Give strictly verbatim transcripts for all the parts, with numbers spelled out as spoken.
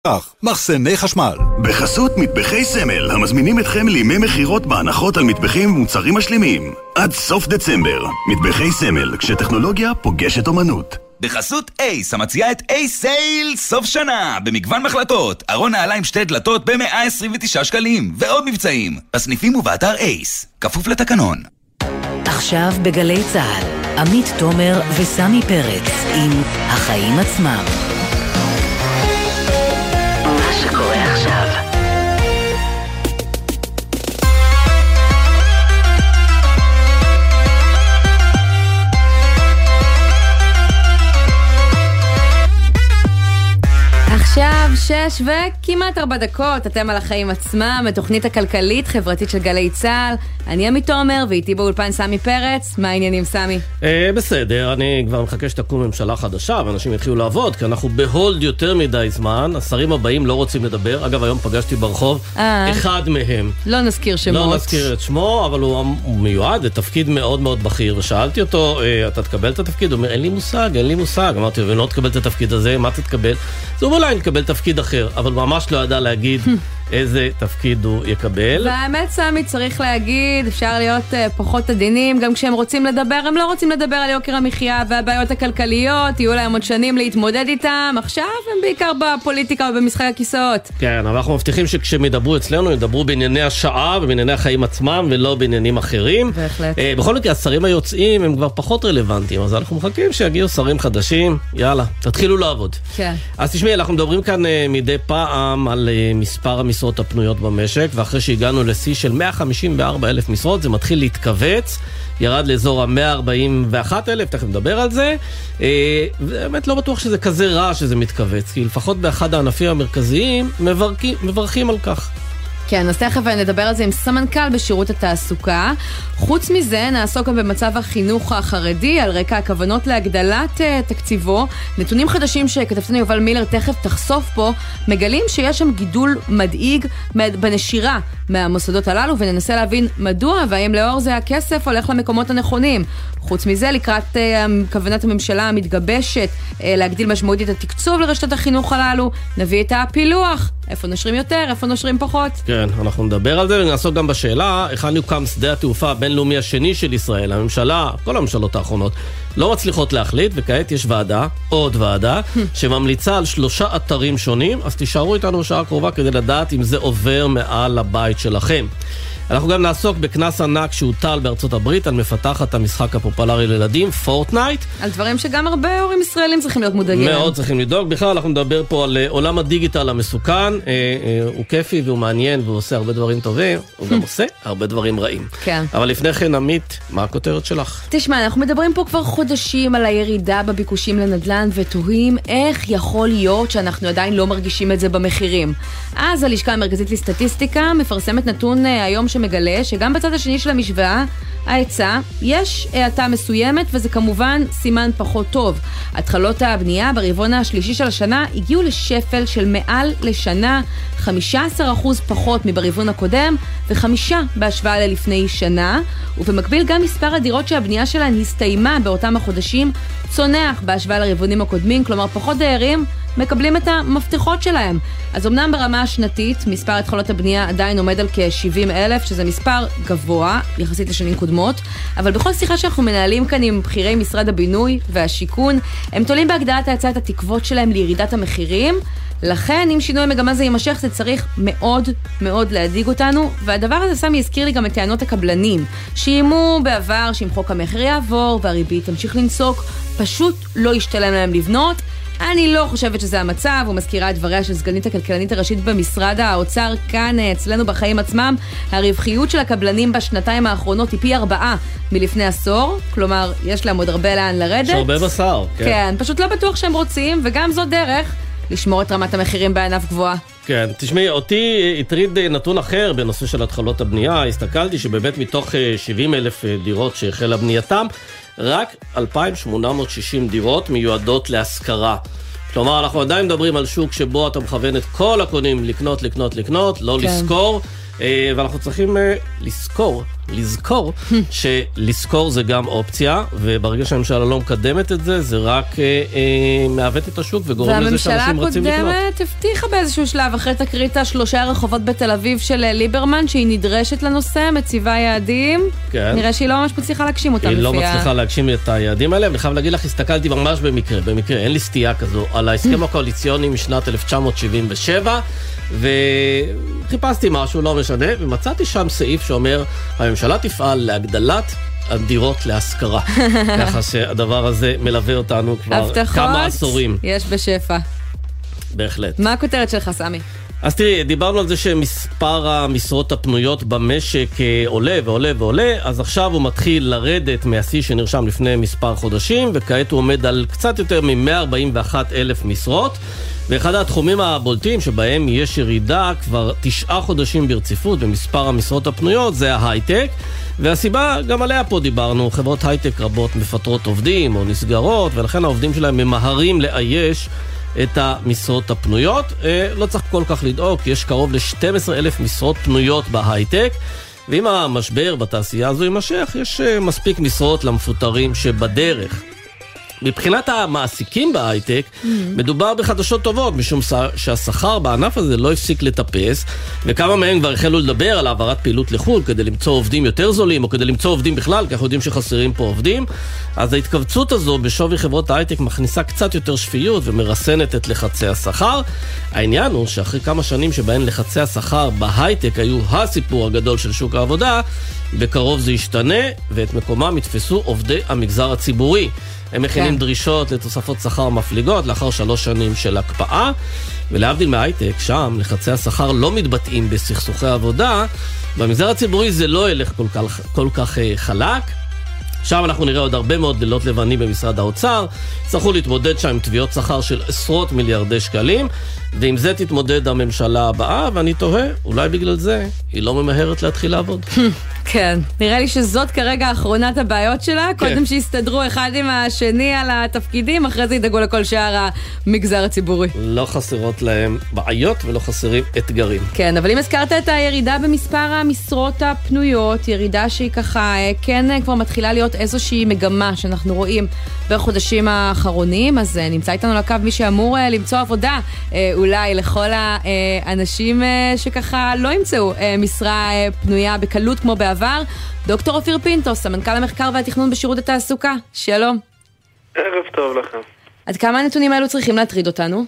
מחסני חשמל. בחסות מטבחי סמל, המזמינים אתכם לימי מחירות בהנחות על מטבחים ומוצרים משלימים. עד סוף דצמבר. מטבחי סמל, כשטכנולוגיה פוגשת אומנות. בחסות אייס, המציעה את אייס סייל סוף שנה, במגוון מחלטות, ארון נעליים שתי דלתות ב-מאה עשרים ותשעה שקלים, ועוד מבצעים. בסניפים ובאתר אייס, כפוף לתקנון. עכשיו בגלי צהל, עמית תומר וסמי פרץ עם החיים עצמם. מה שקורה עכשיו. עכשיו שש וכמעט ארבע דקות, אתם על החיים עצמם, התוכנית הכלכלית חברתית של גלי צהל. אני עמית תומר ואיתי באולפן סמי פרץ. מה העניינים, סמי? אה, בסדר, אני כבר מחכה שתקום ממשלה חדשה ואנשים יתחילו לעבוד, כי אנחנו בהולד יותר מדי זמן. השרים הבאים לא רוצים לדבר. אגב, היום פגשתי ברחוב אה. אחד מהם. לא נזכיר שמות. לא נזכיר את שמו, אבל הוא, הוא מיועד לתפקיד מאוד מאוד בכיר, ושאלתי אותו, אה, אתה תקבל את התפקיד? הוא אומר, אין לי מושג, אין לי מושג. אמרתי, ולא תקבל את התפקיד הזה, מה תתקבל? זה אומר, אולי נקבל תפקיד אחר, אבל ממש לא ידע להגיד איזה תפקיד הוא יקבל. והאמת, סמי, צריך להגיד, אפשר להיות uh, פחות עדינים, גם כשהם רוצים לדבר, הם לא רוצים לדבר על יוקר המחיה והבעיות הכלכליות, יהיו להם עוד שנים להתמודד איתם, עכשיו הם בעיקר בפוליטיקה ובמשחק הכיסאות. כן, אבל אנחנו מבטיחים שכשהם ידברו אצלנו, ידברו בענייני השעה ובענייני החיים עצמם, ולא בעניינים אחרים. בהחלט. Uh, בכל מקרה, השרים היוצאים הם כבר פחות רלוונטיים, אז אנחנו מחכים שיגיעו שרים חדשים, יאללה, תתחילו לעבוד. כן. אז תשמעי, אנחנו מדברים כאן uh, מדי פעם על uh, מספר המשרות הפנויות במשק, ואחרי שהגענו לשיא של מאה חמישים וארבע אלף משרות, זה מתחיל להתכווץ, ירד לאזור ה-מאה ארבעים ואחת אלף, תכף נדבר על זה. באמת לא בטוח שזה כזה רע שזה מתכווץ, כי לפחות באחד הענפים המרכזיים מברכים, מברכים על כך. כן, אז תכף נדבר על זה עם סמנכ"ל בשירות התעסוקה. חוץ מזה, נעסוק גם במצב החינוך החרדי, על רקע הכוונות להגדלת uh, תקציבו. נתונים חדשים שכתבתנו יובל מילר תכף תחשוף פה, מגלים שיש שם גידול מדאיג בנשירה מהמוסדות הללו, וננסה להבין מדוע, והאם לאור זה הכסף הולך למקומות הנכונים. חוץ מזה, לקראת uh, כוונת הממשלה המתגבשת uh, להגדיל משמעותית את התקצוב לרשתות החינוך הללו, נביא את הפילוח. איפה נושרים יותר, איפה נושרים פחות. כן, אנחנו נדבר על זה ונעסוק גם בשאלה, היכן יוקם שדה התעופה הבינלאומי השני של ישראל. הממשלה, כל הממשלות האחרונות, לא מצליחות להחליט, וכעת יש ועדה, עוד ועדה, שממליצה על שלושה אתרים שונים, אז תישארו איתנו בשעה הקרובה כדי לדעת אם זה עובר מעל הבית שלכם. אנחנו גם נעסוק בכנס ענק שהוטל בארצות הברית על מפתחת המשחק הפופולרי לילדים, פורטנייט. על דברים שגם הרבה הורים ישראלים צריכים להיות מודאגים. מאוד צריכים לדאוג. בכלל אנחנו נדבר פה על עולם הדיגיטל המסוכן. אה, אה, הוא כיפי והוא מעניין והוא עושה הרבה דברים טובים. הוא גם עושה הרבה דברים רעים. כן. אבל לפני כן, עמית, מה הכותרת שלך? תשמע, אנחנו מדברים פה כבר חודשים על הירידה בביקושים לנדל"ן ותוהים איך יכול להיות שאנחנו עדיין לא מרגישים את זה במחירים. אז הלשכה המרכזית לסטטיסטיקה מפרסמת נתון היום שמגלה שגם בצד השני של המשוואה, ההיצע, יש האטה מסוימת וזה כמובן סימן פחות טוב. התחלות הבנייה ברבעון השלישי של השנה הגיעו לשפל של מעל לשנה, חמישה עשר אחוז פחות מברבעון הקודם וחמישה בהשוואה ללפני שנה, ובמקביל גם מספר הדירות שהבנייה שלהן הסתיימה באותם החודשים צונח בהשוואה לרבעונים הקודמים, כלומר פחות דיירים מקבלים את המפתחות שלהם. אז אמנם ברמה השנתית, מספר התחלות הבנייה עדיין עומד על כ-שבעים אלף, שזה מספר גבוה, יחסית לשנים קודמות, אבל בכל שיחה שאנחנו מנהלים כאן עם בחירי משרד הבינוי והשיכון, הם תולים בהגדלת ההיצע את התקוות שלהם לירידת המחירים, לכן אם שינוי מגמה זה יימשך, זה צריך מאוד מאוד להדאיג אותנו, והדבר הזה סמי הזכיר לי גם את טענות הקבלנים, שאיימו בעבר שאם חוק המחיר יעבור והריבית תמשיך לנסוק, פשוט לא ישתלם להם לבנות. אני לא חושבת שזה המצב, הוא מזכירה את דבריה של סגנית הכלכלנית הראשית במשרד האוצר, כאן אצלנו בחיים עצמם. הרווחיות של הקבלנים בשנתיים האחרונות היא פי ארבעה מלפני עשור, כלומר יש להם עוד הרבה לאן לרדת. יש הרבה בשר, כן. כן, פשוט לא בטוח שהם רוצים, וגם זו דרך לשמור את רמת המחירים בענף גבוהה. כן, תשמעי, אותי הטריד נתון אחר בנושא של התחלות הבנייה. הסתכלתי שבאמת מתוך שבעים אלף דירות שהחלה בנייתם, רק אלפיים שמונה מאות ושישים דירות מיועדות להשכרה. כלומר, אנחנו עדיין מדברים על שוק שבו אתה מכוון את כל הקונים לקנות, לקנות, לקנות, לא כן. לזכור, ואנחנו צריכים לזכור לזכור שלזכור זה גם אופציה, וברגע שהממשלה לא מקדמת את זה, זה רק אה, אה, מעוות את השוק וגורם לזה שאנשים רוצים לקנות. והממשלה הקודמת הבטיחה באיזשהו שלב, אחרי תקרית השלושה רחובות בתל אביב של ליברמן, שהיא נדרשת לנושא, מציבה יעדים. כן. נראה שהיא לא ממש מצליחה להגשים אותם. היא לפי לא מצליחה להגשים את היעדים האלה, ואני חייב להגיד לך, הסתכלתי ממש במקרה, במקרה, אין לי סטייה כזו, על ההסכם הקואליציוני משנת אלף תשע מאות שבעים ושבע, וחיפשתי משהו, לא משנה, ומצאתי שם סעיף שאומר, הממשלה תפעל להגדלת הדירות להשכרה. ככה שהדבר הזה מלווה אותנו כבר כמה עשורים. יש בשפע. בהחלט. מה הכותרת שלך, סמי? אז תראי, דיברנו על זה שמספר המשרות הפנויות במשק עולה ועולה ועולה, אז עכשיו הוא מתחיל לרדת מהשיא שנרשם לפני מספר חודשים, וכעת הוא עומד על קצת יותר מ-מאה ארבעים ואחת אלף משרות, ואחד התחומים הבולטים שבהם יש ירידה כבר תשעה חודשים ברציפות במספר המשרות הפנויות זה ההייטק, והסיבה, גם עליה פה דיברנו, חברות הייטק רבות מפטרות עובדים או נסגרות, ולכן העובדים שלהם ממהרים לאייש את המשרות הפנויות. לא צריך כל כך לדאוג, כי יש קרוב ל-שנים עשר אלף משרות פנויות בהייטק, ואם המשבר בתעשייה הזו יימשך, יש מספיק משרות למפוטרים שבדרך. מבחינת המעסיקים בהייטק, mm-hmm. מדובר בחדשות טובות, משום שהשכר בענף הזה לא הפסיק לטפס, וכמה מהם כבר החלו לדבר על העברת פעילות לחול, כדי למצוא עובדים יותר זולים, או כדי למצוא עובדים בכלל, כי אנחנו יודעים שחסרים פה עובדים. אז ההתכווצות הזו בשווי חברות ההייטק מכניסה קצת יותר שפיות, ומרסנת את לחצי השכר. העניין הוא שאחרי כמה שנים שבהן לחצי השכר בהייטק היו הסיפור הגדול של שוק העבודה, בקרוב זה ישתנה, ואת מקומם יתפסו עובדי המגזר הציבורי. הם מכינים דרישות לתוספות שכר מפליגות לאחר שלוש שנים של הקפאה, ולהבדיל מההייטק, שם לחצי השכר לא מתבטאים בסכסוכי עבודה, במגזר הציבורי זה לא ילך כל כך, כל כך חלק. שם אנחנו נראה עוד הרבה מאוד לילות לבנים במשרד האוצר, צריכו להתמודד שם עם תביעות שכר של עשרות מיליארדי שקלים, ועם זה תתמודד הממשלה הבאה, ואני תוהה, אולי בגלל זה היא לא ממהרת להתחיל לעבוד. כן, נראה לי שזאת כרגע אחרונת הבעיות שלה, קודם שיסתדרו אחד עם השני על התפקידים, אחרי זה ידאגו לכל שאר המגזר הציבורי. לא חסרות להם בעיות ולא חסרים אתגרים. כן, אבל אם הזכרת את הירידה במספר המשרות הפנויות, ירידה שהיא ככה, כן כבר מתחילה להיות איזושהי מגמה שאנחנו רואים בחודשים האחרונים, אז נמצא איתנו לקו מי שאמור למצוא עבודה, אולי לכל האנשים שככה לא ימצאו משרה פנויה בקלות כמו בעבר. דוקטור אופיר פינטו, סמנכ"ל המחקר והתכנון בשירות התעסוקה. שלום. ערב טוב לכם. עד כמה הנתונים האלו צריכים להטריד אותנו?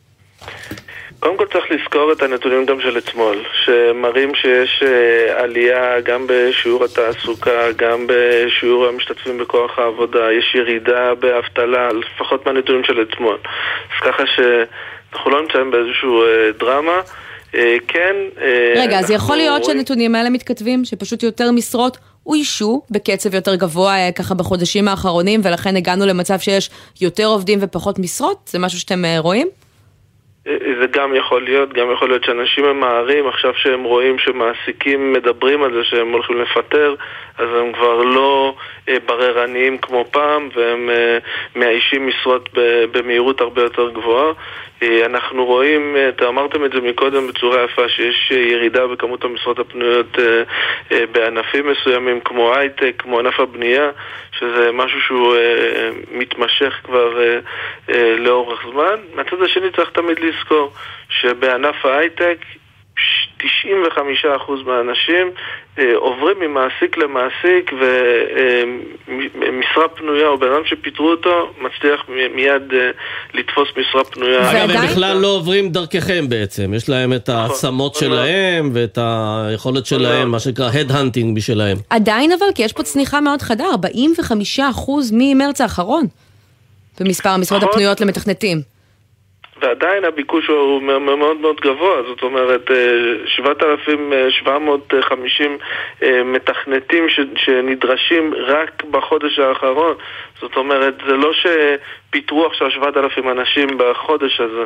קודם כל צריך לזכור את הנתונים גם של אתמול, שמראים שיש עלייה גם בשיעור התעסוקה, גם בשיעור המשתתפים בכוח העבודה, יש ירידה באבטלה, לפחות מהנתונים של אתמול. אז ככה שאנחנו לא נמצאים באיזשהו דרמה. כן. רגע, אז יכול להיות שהנתונים האלה מתכתבים, שפשוט יותר משרות אוישו בקצב יותר גבוה ככה בחודשים האחרונים, ולכן הגענו למצב שיש יותר עובדים ופחות משרות? זה משהו שאתם רואים? זה גם יכול להיות, גם יכול להיות שאנשים ממהרים, עכשיו שהם רואים שמעסיקים מדברים על זה שהם הולכים לפטר, אז הם כבר לא בררניים כמו פעם, והם מאיישים משרות במהירות הרבה יותר גבוהה. אנחנו רואים, אתה אמרתם את זה מקודם בצורה יפה, שיש ירידה בכמות המשרות הפנויות בענפים מסוימים כמו הייטק, כמו ענף הבנייה, שזה משהו שהוא מתמשך כבר לאורך זמן. מהצד השני צריך תמיד לזכור שבענף ההייטק תשעים וחמישה אחוז מהאנשים עוברים ממעסיק למעסיק, ומשרה פנויה או בן אדם שפיטרו אותו מצליח מיד לתפוס משרה פנויה. אגב, הם בכלל לא עוברים דרככם בעצם, יש להם את העצמות שלהם ואת היכולת שלהם, מה שנקרא head-hunting בשלהם. עדיין אבל, כי יש פה צניחה מאוד חדה, ארבעים וחמישה אחוז ממרץ האחרון במספר המשרות הפנויות למתכנתים. ועדיין הביקוש הוא מאוד מאוד גבוה, זאת אומרת שבעת אלפים שבע מאות וחמישים מתכנתים שנדרשים רק בחודש האחרון. זאת אומרת, זה לא שפיתרו עכשיו שבעת אלפים אנשים בחודש הזה,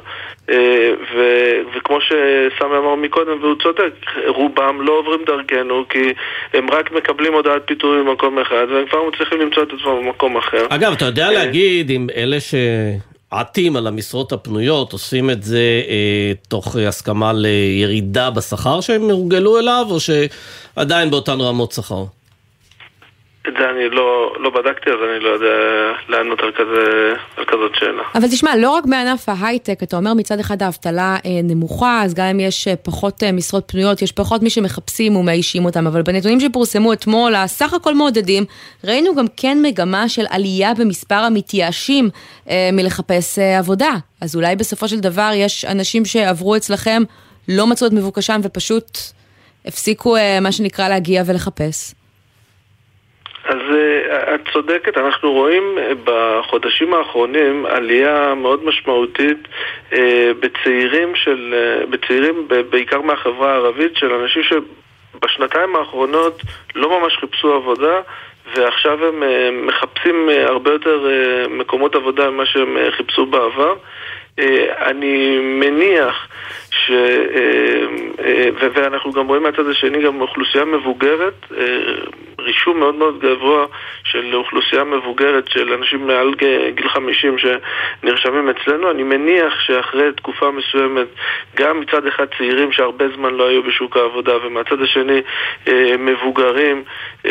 וכמו שסמי אמר מקודם, והוא צודק, רובם לא עוברים דרכנו, כי הם רק מקבלים הודעת פיטורים במקום אחד, והם כבר מצליחים למצוא את עצמם במקום אחר. אגב, אתה יודע להגיד אם אלה ש... עטים על המשרות הפנויות, עושים את זה אה, תוך הסכמה לירידה בשכר שהם הורגלו אליו, או שעדיין באותן רמות שכר? את זה אני לא, לא בדקתי, אז אני לא יודע לענות על, כזה, על כזאת שאלה. אבל תשמע, לא רק בענף ההייטק, אתה אומר מצד אחד האבטלה אה, נמוכה, אז גם אם יש פחות אה, משרות פנויות, יש פחות מי שמחפשים ומאישים אותם, אבל בנתונים שפורסמו אתמול, הסך הכל מעודדים, ראינו גם כן מגמה של עלייה במספר המתייאשים אה, מלחפש אה, עבודה. אז אולי בסופו של דבר יש אנשים שעברו אצלכם, לא מצאו את מבוקשם ופשוט הפסיקו אה, מה שנקרא להגיע ולחפש. אז את צודקת, אנחנו רואים בחודשים האחרונים עלייה מאוד משמעותית בצעירים של, בצעירים בעיקר מהחברה הערבית, של אנשים שבשנתיים האחרונות לא ממש חיפשו עבודה, ועכשיו הם מחפשים הרבה יותר מקומות עבודה ממה שהם חיפשו בעבר. אני מניח ש... ואנחנו גם רואים מהצד השני גם אוכלוסייה מבוגרת, רישום מאוד מאוד גבוה של אוכלוסייה מבוגרת של אנשים מעל גיל חמישים שנרשמים אצלנו. אני מניח שאחרי תקופה מסוימת גם מצד אחד צעירים שהרבה זמן לא היו בשוק העבודה, ומהצד השני מבוגרים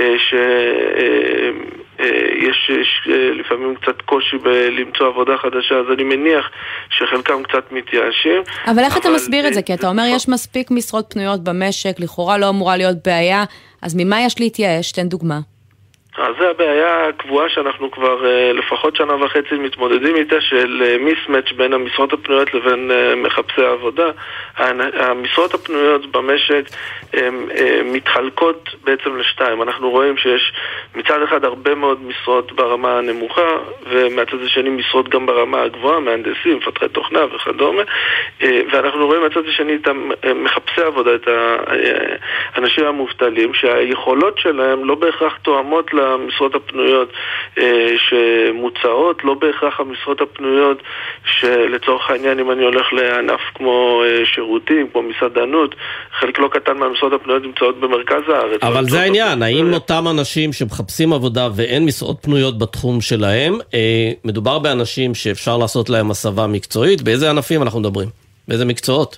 שיש לפעמים קצת קושי למצוא עבודה חדשה, אז אני מניח שחלקם קצת מתייאשים. אבל איך אתה מסביר את זה? כי אתה אומר יש מספיק משרות פנויות במשק, לכאורה לא אמורה להיות בעיה, אז ממה יש להתייאש? תן דוגמה. אז זה הבעיה הקבועה שאנחנו כבר לפחות שנה וחצי מתמודדים איתה, של מיסמץ' בין המשרות הפנויות לבין מחפשי העבודה. המשרות הפנויות במשק מתחלקות בעצם לשתיים. אנחנו רואים שיש מצד אחד הרבה מאוד משרות ברמה הנמוכה, ומהצד השני משרות גם ברמה הגבוהה, מהנדסים, מפתחי תוכנה וכדומה. ואנחנו רואים מהצד השני את מחפשי העבודה, את האנשים המובטלים, שהיכולות שלהם לא בהכרח תואמות המשרות הפנויות שמוצעות, לא בהכרח המשרות הפנויות שלצורך העניין אם אני הולך לענף כמו שירותים, כמו מסעדנות, חלק לא קטן מהמשרות הפנויות נמצאות במרכז הארץ. אבל זה העניין, האם אותם אנשים שמחפשים עבודה ואין משרות פנויות בתחום שלהם, מדובר באנשים שאפשר לעשות להם הסבה מקצועית? באיזה ענפים אנחנו מדברים? באיזה מקצועות?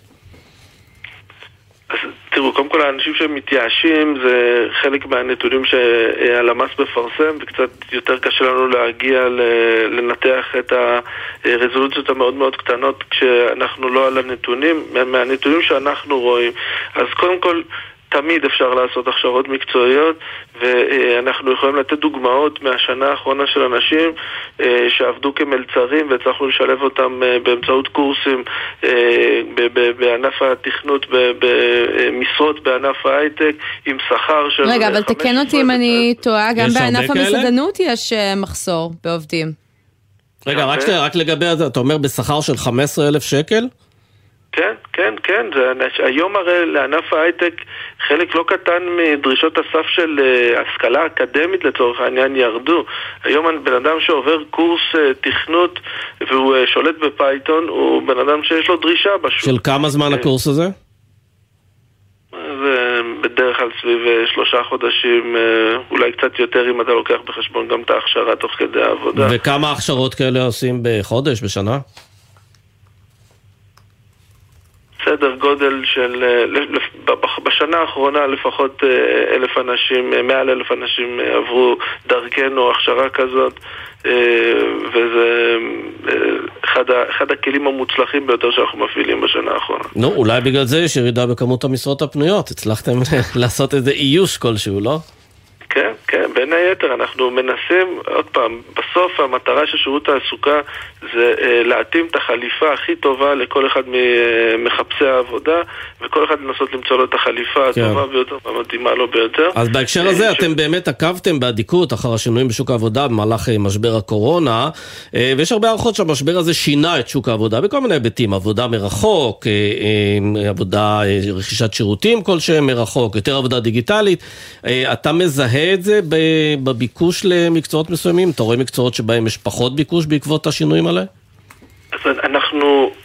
אז תראו, קודם כל האנשים שמתייאשים זה חלק מהנתונים שהלמ"ס בפרסם, וקצת יותר קשה לנו להגיע לנתח את הרזולוציות המאוד מאוד קטנות כשאנחנו לא על הנתונים. מהנתונים שאנחנו רואים, אז קודם כל תמיד אפשר לעשות הכשרות מקצועיות, ואנחנו יכולים לתת דוגמאות מהשנה האחרונה של אנשים שעבדו כמלצרים והצלחנו לשלב אותם באמצעות קורסים בענף התכנות, במשרות בענף ההייטק עם שכר של... רגע, אבל תקן אותי אם אני טועה, גם בענף המסעדנות יש מחסור בעובדים. רגע, רק לגבי זה, אתה אומר בשכר של חמישה עשר אלף שקל? כן, כן, כן. זה, היום הרי לענף ההייטק חלק לא קטן מדרישות הסף של uh, השכלה אקדמית לצורך העניין ירדו. היום בן אדם שעובר קורס uh, תכנות והוא uh, שולט בפייתון, הוא בן אדם שיש לו דרישה בשוק. של כמה זמן הקורס הזה? זה בדרך כלל סביב uh, שלושה חודשים, uh, אולי קצת יותר אם אתה לוקח בחשבון גם את ההכשרה תוך כדי העבודה. וכמה הכשרות כאלה עושים בחודש, בשנה? סדר גודל של, בשנה האחרונה לפחות אלף אנשים, מעל אלף אנשים עברו דרכנו הכשרה כזאת, וזה אחד, אחד הכלים המוצלחים ביותר שאנחנו מפעילים בשנה האחרונה. נו, אולי בגלל זה יש ירידה בכמות המשרות הפנויות, הצלחתם לעשות איזה איוש כלשהו, לא? כן, כן, בין היתר אנחנו מנסים, עוד פעם, בסוף המטרה של שירות תעסוקה זה אה, להתאים את החליפה הכי טובה לכל אחד ממחפשי העבודה, וכל אחד לנסות למצוא לו את החליפה הטובה ביותר והמתאימה לו ביותר. אז בהקשר הזה אה, אתם ש... באמת עקבתם בעדיקות אחר השינויים בשוק העבודה במהלך משבר הקורונה, אה, ויש הרבה הערכות שהמשבר הזה שינה את שוק העבודה בכל מיני היבטים, עבודה מרחוק, אה, אה, עבודה, אה, רכישת שירותים כלשהם מרחוק, יותר עבודה דיגיטלית. אה, אתה מזהה את זה בביקוש למקצועות מסוימים? אתה רואה מקצועות שבהם יש פחות ביקוש בעקבות השינויים האלה? אז אנחנו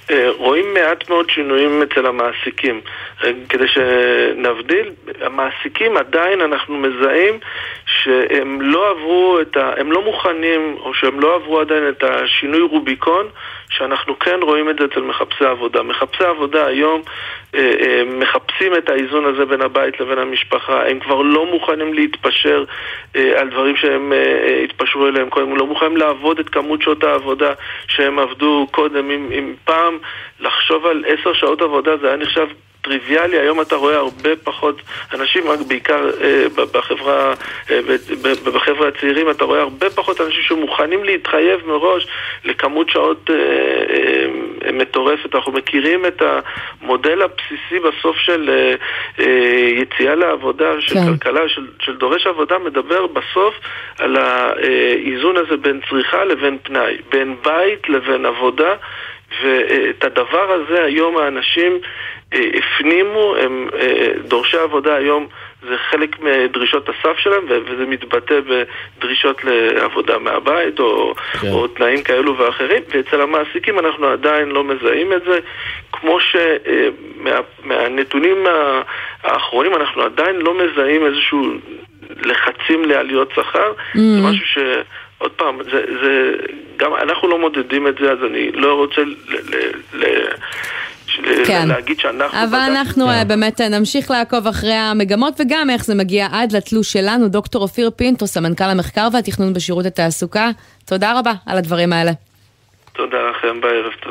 רואים מעט מאוד שינויים אצל המעסיקים. כדי שנבדיל, המעסיקים עדיין אנחנו מזהים שהם לא עברו את ה... הם לא מוכנים, או שהם לא עברו עדיין את השינוי רוביקון, שאנחנו כן רואים את זה אצל מחפשי עבודה. מחפשי עבודה היום אה, אה, מחפשים את האיזון הזה בין הבית לבין המשפחה. הם כבר לא מוכנים להתפשר אה, על דברים שהם אה, התפשרו אליהם קודם. הם לא מוכנים לעבוד את כמות שעות העבודה שהם עבדו קודם. אם, אם פעם לחשוב על עשר שעות עבודה זה היה נחשב טריוויאלי, היום אתה רואה הרבה פחות אנשים, בעיקר אה, בחברה, אה, בחברה הצעירים, אתה רואה הרבה פחות אנשים שמוכנים להתחייב מראש לכמות שעות אה, אה, מטורפת. אנחנו מכירים את המודל הבסיסי בסוף של אה, אה, יציאה לעבודה, של כן. כלכלה, של, של דורש עבודה, מדבר בסוף על האיזון הזה בין צריכה לבין פנאי, בין בית לבין עבודה, ואת הדבר הזה היום האנשים הפנימו, הם דורשי עבודה היום, זה חלק מדרישות הסף שלהם, וזה מתבטא בדרישות לעבודה מהבית או, כן. או תנאים כאלו ואחרים, ואצל המעסיקים אנחנו עדיין לא מזהים את זה, כמו שמהנתונים האחרונים אנחנו עדיין לא מזהים איזשהו לחצים לעליות שכר, mm-hmm. זה משהו ש... עוד פעם, זה, זה, גם אנחנו לא מודדים את זה, אז אני לא רוצה ל, ל, ל, כן. להגיד שאנחנו... אבל אנחנו כן. באמת נמשיך לעקוב אחרי המגמות, וגם איך זה מגיע עד לתלוש שלנו. דוקטור אופיר פינטו, סמנכ"ל המחקר והתכנון בשירות התעסוקה. תודה רבה על הדברים האלה. תודה לכם, בערב טוב.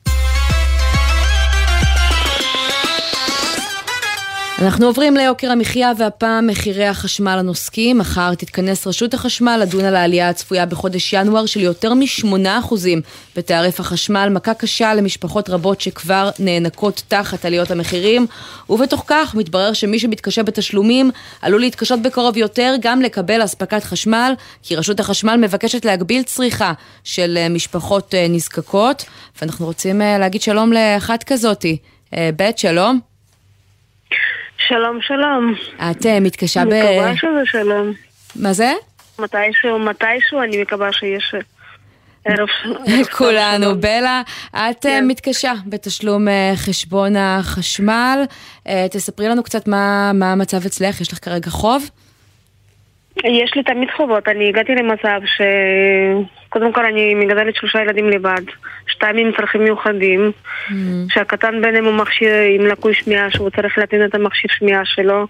אנחנו עוברים ליוקר המחיה, והפעם מחירי החשמל הנוסקים. מחר תתכנס רשות החשמל לדון על העלייה הצפויה בחודש ינואר של יותר משמונה אחוזים בתעריף החשמל, מכה קשה למשפחות רבות שכבר נאנקות תחת עליות המחירים, ובתוך כך מתברר שמי שמתקשה בתשלומים עלול להתקשות בקרוב יותר גם לקבל הספקת חשמל, כי רשות החשמל מבקשת להגביל צריכה של משפחות נזקקות, ואנחנו רוצים להגיד שלום לאחת כזאתי. בית, שלום. שלום, שלום. את מתקשה ב... אני מקווה שזה שלום. מה זה? מתישהו, מתישהו אני מקווה שיש ערב... כולנו. בלה, את מתקשה בתשלום חשבון החשמל. תספרי לנו קצת מה המצב אצלך. יש לך כרגע חוב? יש לי תמיד חובות. אני הגעתי למצב ש... קודם כל אני מגדלת שלושה ילדים לבד, שתיים עם צרכים מיוחדים, mm. שהקטן ביניהם הוא מכשיר עם לקוי שמיעה, שהוא צריך להטעין את המכשיר שמיעה שלו,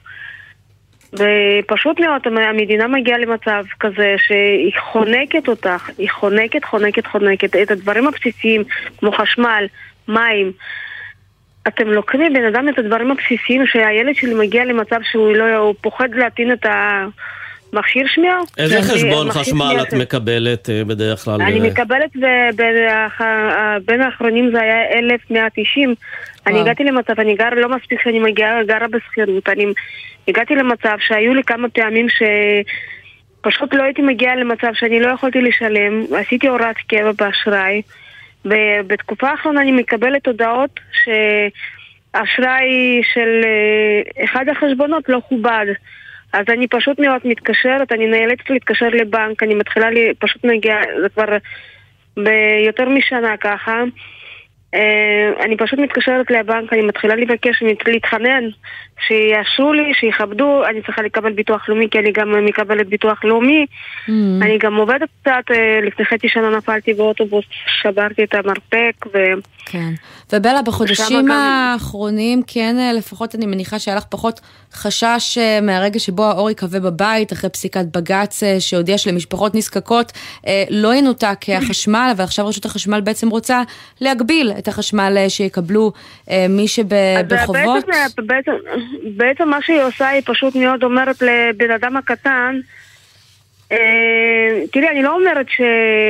ופשוט מאוד המדינה מגיעה למצב כזה שהיא חונקת אותך, היא חונקת, חונקת, חונקת את הדברים הבסיסיים כמו חשמל, מים. אתם לוקחים מבן אדם את הדברים הבסיסיים שהילד שלי מגיע למצב שהוא לא, הוא פוחד להטעין את ה... מכשיר שמיעה. איזה חשבון חשמל את מקבלת בדרך כלל? אני מקבלת בין האחרונים זה היה אלף מאה תשעים. אני הגעתי למצב, אני גר לא מספיק שאני מגיעה, גרה בסחירות. אני הגעתי למצב שהיו לי כמה פעמים שפשוט לא הייתי מגיעה למצב שאני לא יכולתי לשלם. עשיתי הוראת קבע באשראי. ובתקופה האחרונה אני מקבלת הודעות שהאשראי של אחד החשבונות לא חובד. אז אני פשוט מאוד מתקשרת, אני נאלצת להתקשר לבנק, אני מתחילה לי, פשוט נגיע, זה כבר ביותר משנה ככה, אני פשוט מתקשרת לבנק, אני מתחילה לבקש, להתחנן, שיאשרו לי, שיכבדו, אני צריכה לקבל ביטוח לאומי, כי אני גם מקבלת ביטוח לאומי, mm. אני גם עובדת קצת, לפני חצי שנה נפלתי באוטובוס, שברתי את המרפק, ו... כן, ובלה, בחודשים האחרונים, כן, לפחות אני מניחה שהיה לך פחות חשש מהרגע שבו האור יקווה בבית, אחרי פסיקת בג"ץ שהודיע שלמשפחות נזקקות לא ינותק החשמל, אבל עכשיו רשות החשמל בעצם רוצה להגביל את החשמל שיקבלו מי שבחובות. בעצם, בעצם, בעצם מה שהיא עושה היא פשוט מאוד אומרת לבן אדם הקטן, תראי, אני לא אומרת ש...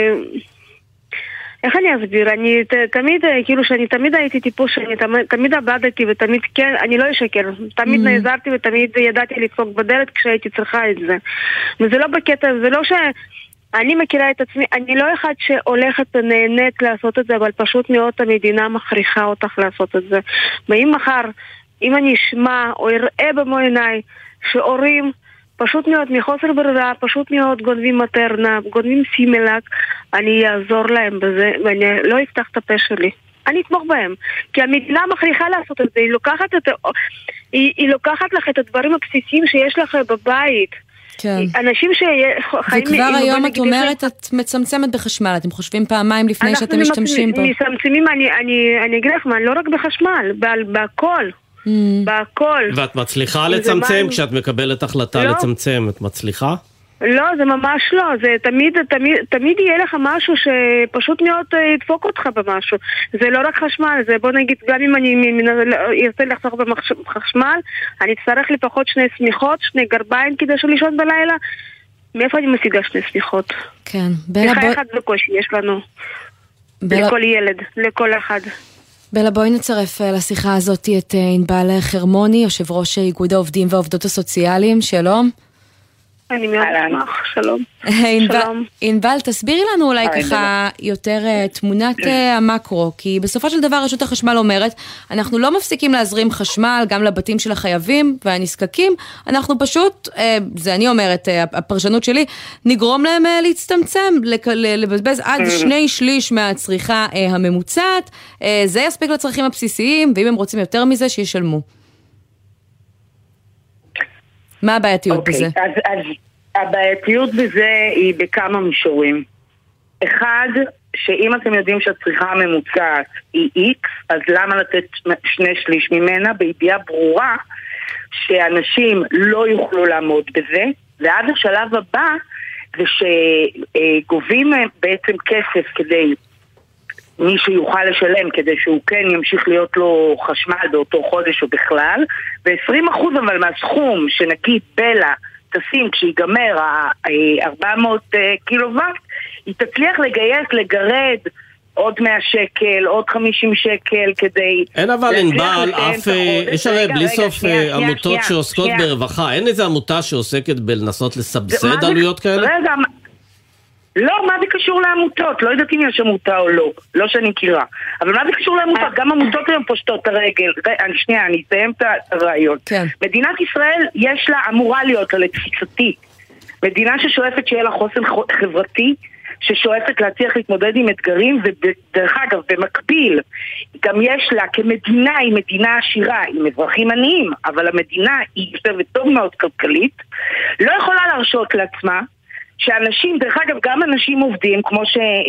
איך אני אסביר? אני ת, תמיד, כאילו שאני תמיד הייתי טיפוס, שאני תמיד, תמיד עבדתי ותמיד כן, אני לא אשקר, תמיד mm. נעזרתי ותמיד ידעתי לדפוק בדלת כשהייתי צריכה את זה. וזה לא בקטע, זה לא ש... אני מכירה את עצמי, אני לא אחד שהולכת ונהנית לעשות את זה, אבל פשוט מאוד המדינה מכריחה אותך לעשות את זה. ואם מחר, אם אני אשמע או אראה במו עיניי שהורים פשוט מאוד מחוסר ברירה, פשוט מאוד גונבים מטרנה, גונבים סימלק, אני אעזור להם בזה, ואני לא אפתח את הפה שלי. אני אתמוך בהם. כי המדינה מכריחה לעשות את זה, היא לוקחת, את, היא, היא לוקחת לך את הדברים הבסיסיים שיש לך בבית. כן. אנשים שחיים... וכבר היום את אומרת, את מצמצמת בחשמל, אתם חושבים פעמיים לפני שאתם משתמשים בו. אנחנו מצמצמים, אני אגיד לך מה, לא רק בחשמל, בהכל. בהכל. ואת מצליחה לצמצם כשאת מקבלת החלטה לצמצם, את מצליחה? לא, זה ממש לא, זה תמיד, תמיד, תמיד יהיה לך משהו שפשוט מאוד ידפוק אותך במשהו. זה לא רק חשמל, זה בוא נגיד, גם אם אני ארצה לחסוך בחשמל, אני אצטרך לפחות שני סמיכות, שני גרביים כדי שלישון בלילה. מאיפה אני משיגה שני סמיכות? כן. סליחה אחד בקושי יש לנו. לכל ילד, לכל אחד. בלה, בואי נצרף לשיחה הזאת את ענבל חרמוני, יושב ראש איגוד העובדים והעובדות הסוציאליים. שלום. אני מאוד אשמח, שלום. ענבל, תסבירי לנו אולי ככה יותר תמונת המקרו, כי בסופו של דבר רשות החשמל אומרת, אנחנו לא מפסיקים להזרים חשמל גם לבתים של החייבים והנזקקים, אנחנו פשוט, זה אני אומרת, הפרשנות שלי, נגרום להם להצטמצם, לבזבז עד שני שליש מהצריכה הממוצעת, זה יספיק לצרכים הבסיסיים, ואם הם רוצים יותר מזה, שישלמו. מה הבעייתיות בזה? אז, אז הבעייתיות בזה היא בכמה מישורים. אחד, שאם אתם יודעים שהצריכה הממוצעת היא X, אז למה לתת שני שליש ממנה? בידיעה ברורה שאנשים לא יוכלו לעמוד בזה, ועד השלב הבא זה שגובים בעצם כסף כדי מי שיוכל לשלם כדי שהוא כן ימשיך להיות לו חשמל באותו חודש או בכלל, ו-עשרים אחוז אבל מהסכום שנגיד בלה תשים כשיגמר ה-ארבע מאות קילוואט, היא תצליח לגייס, לגרד עוד מאה שקל, עוד חמישים שקל כדי... אין אבל ענבל, אף... יש הרי בלי סוף עמותות שעוסקות ברווחה, אין איזה עמותה שעוסקת בלנסות לסבסד עלויות כאלה? רגע, לא, מה זה קשור לעמותות? לא יודעת אם יש עמותה או לא, לא שאני מכירה. אבל מה זה קשור לעמותות? גם עמותות היום פושטות את הרגל. שנייה, אני אסיים את הרעיון. כן. מדינת ישראל יש לה, אמורה להיות לה לתפיסתי. מדינה ששואפת שיהיה לה חוסן חברתי, ששואפת להצליח להתמודד עם אתגרים, ודרך אגב, במקביל, גם יש לה כמדינה, היא מדינה עשירה, עם אזרחים עניים, אבל המדינה היא יושבת טוב מאוד כלכלית, לא יכולה להרשות לעצמה, שאנשים, דרך אגב, גם אנשים עובדים, כמו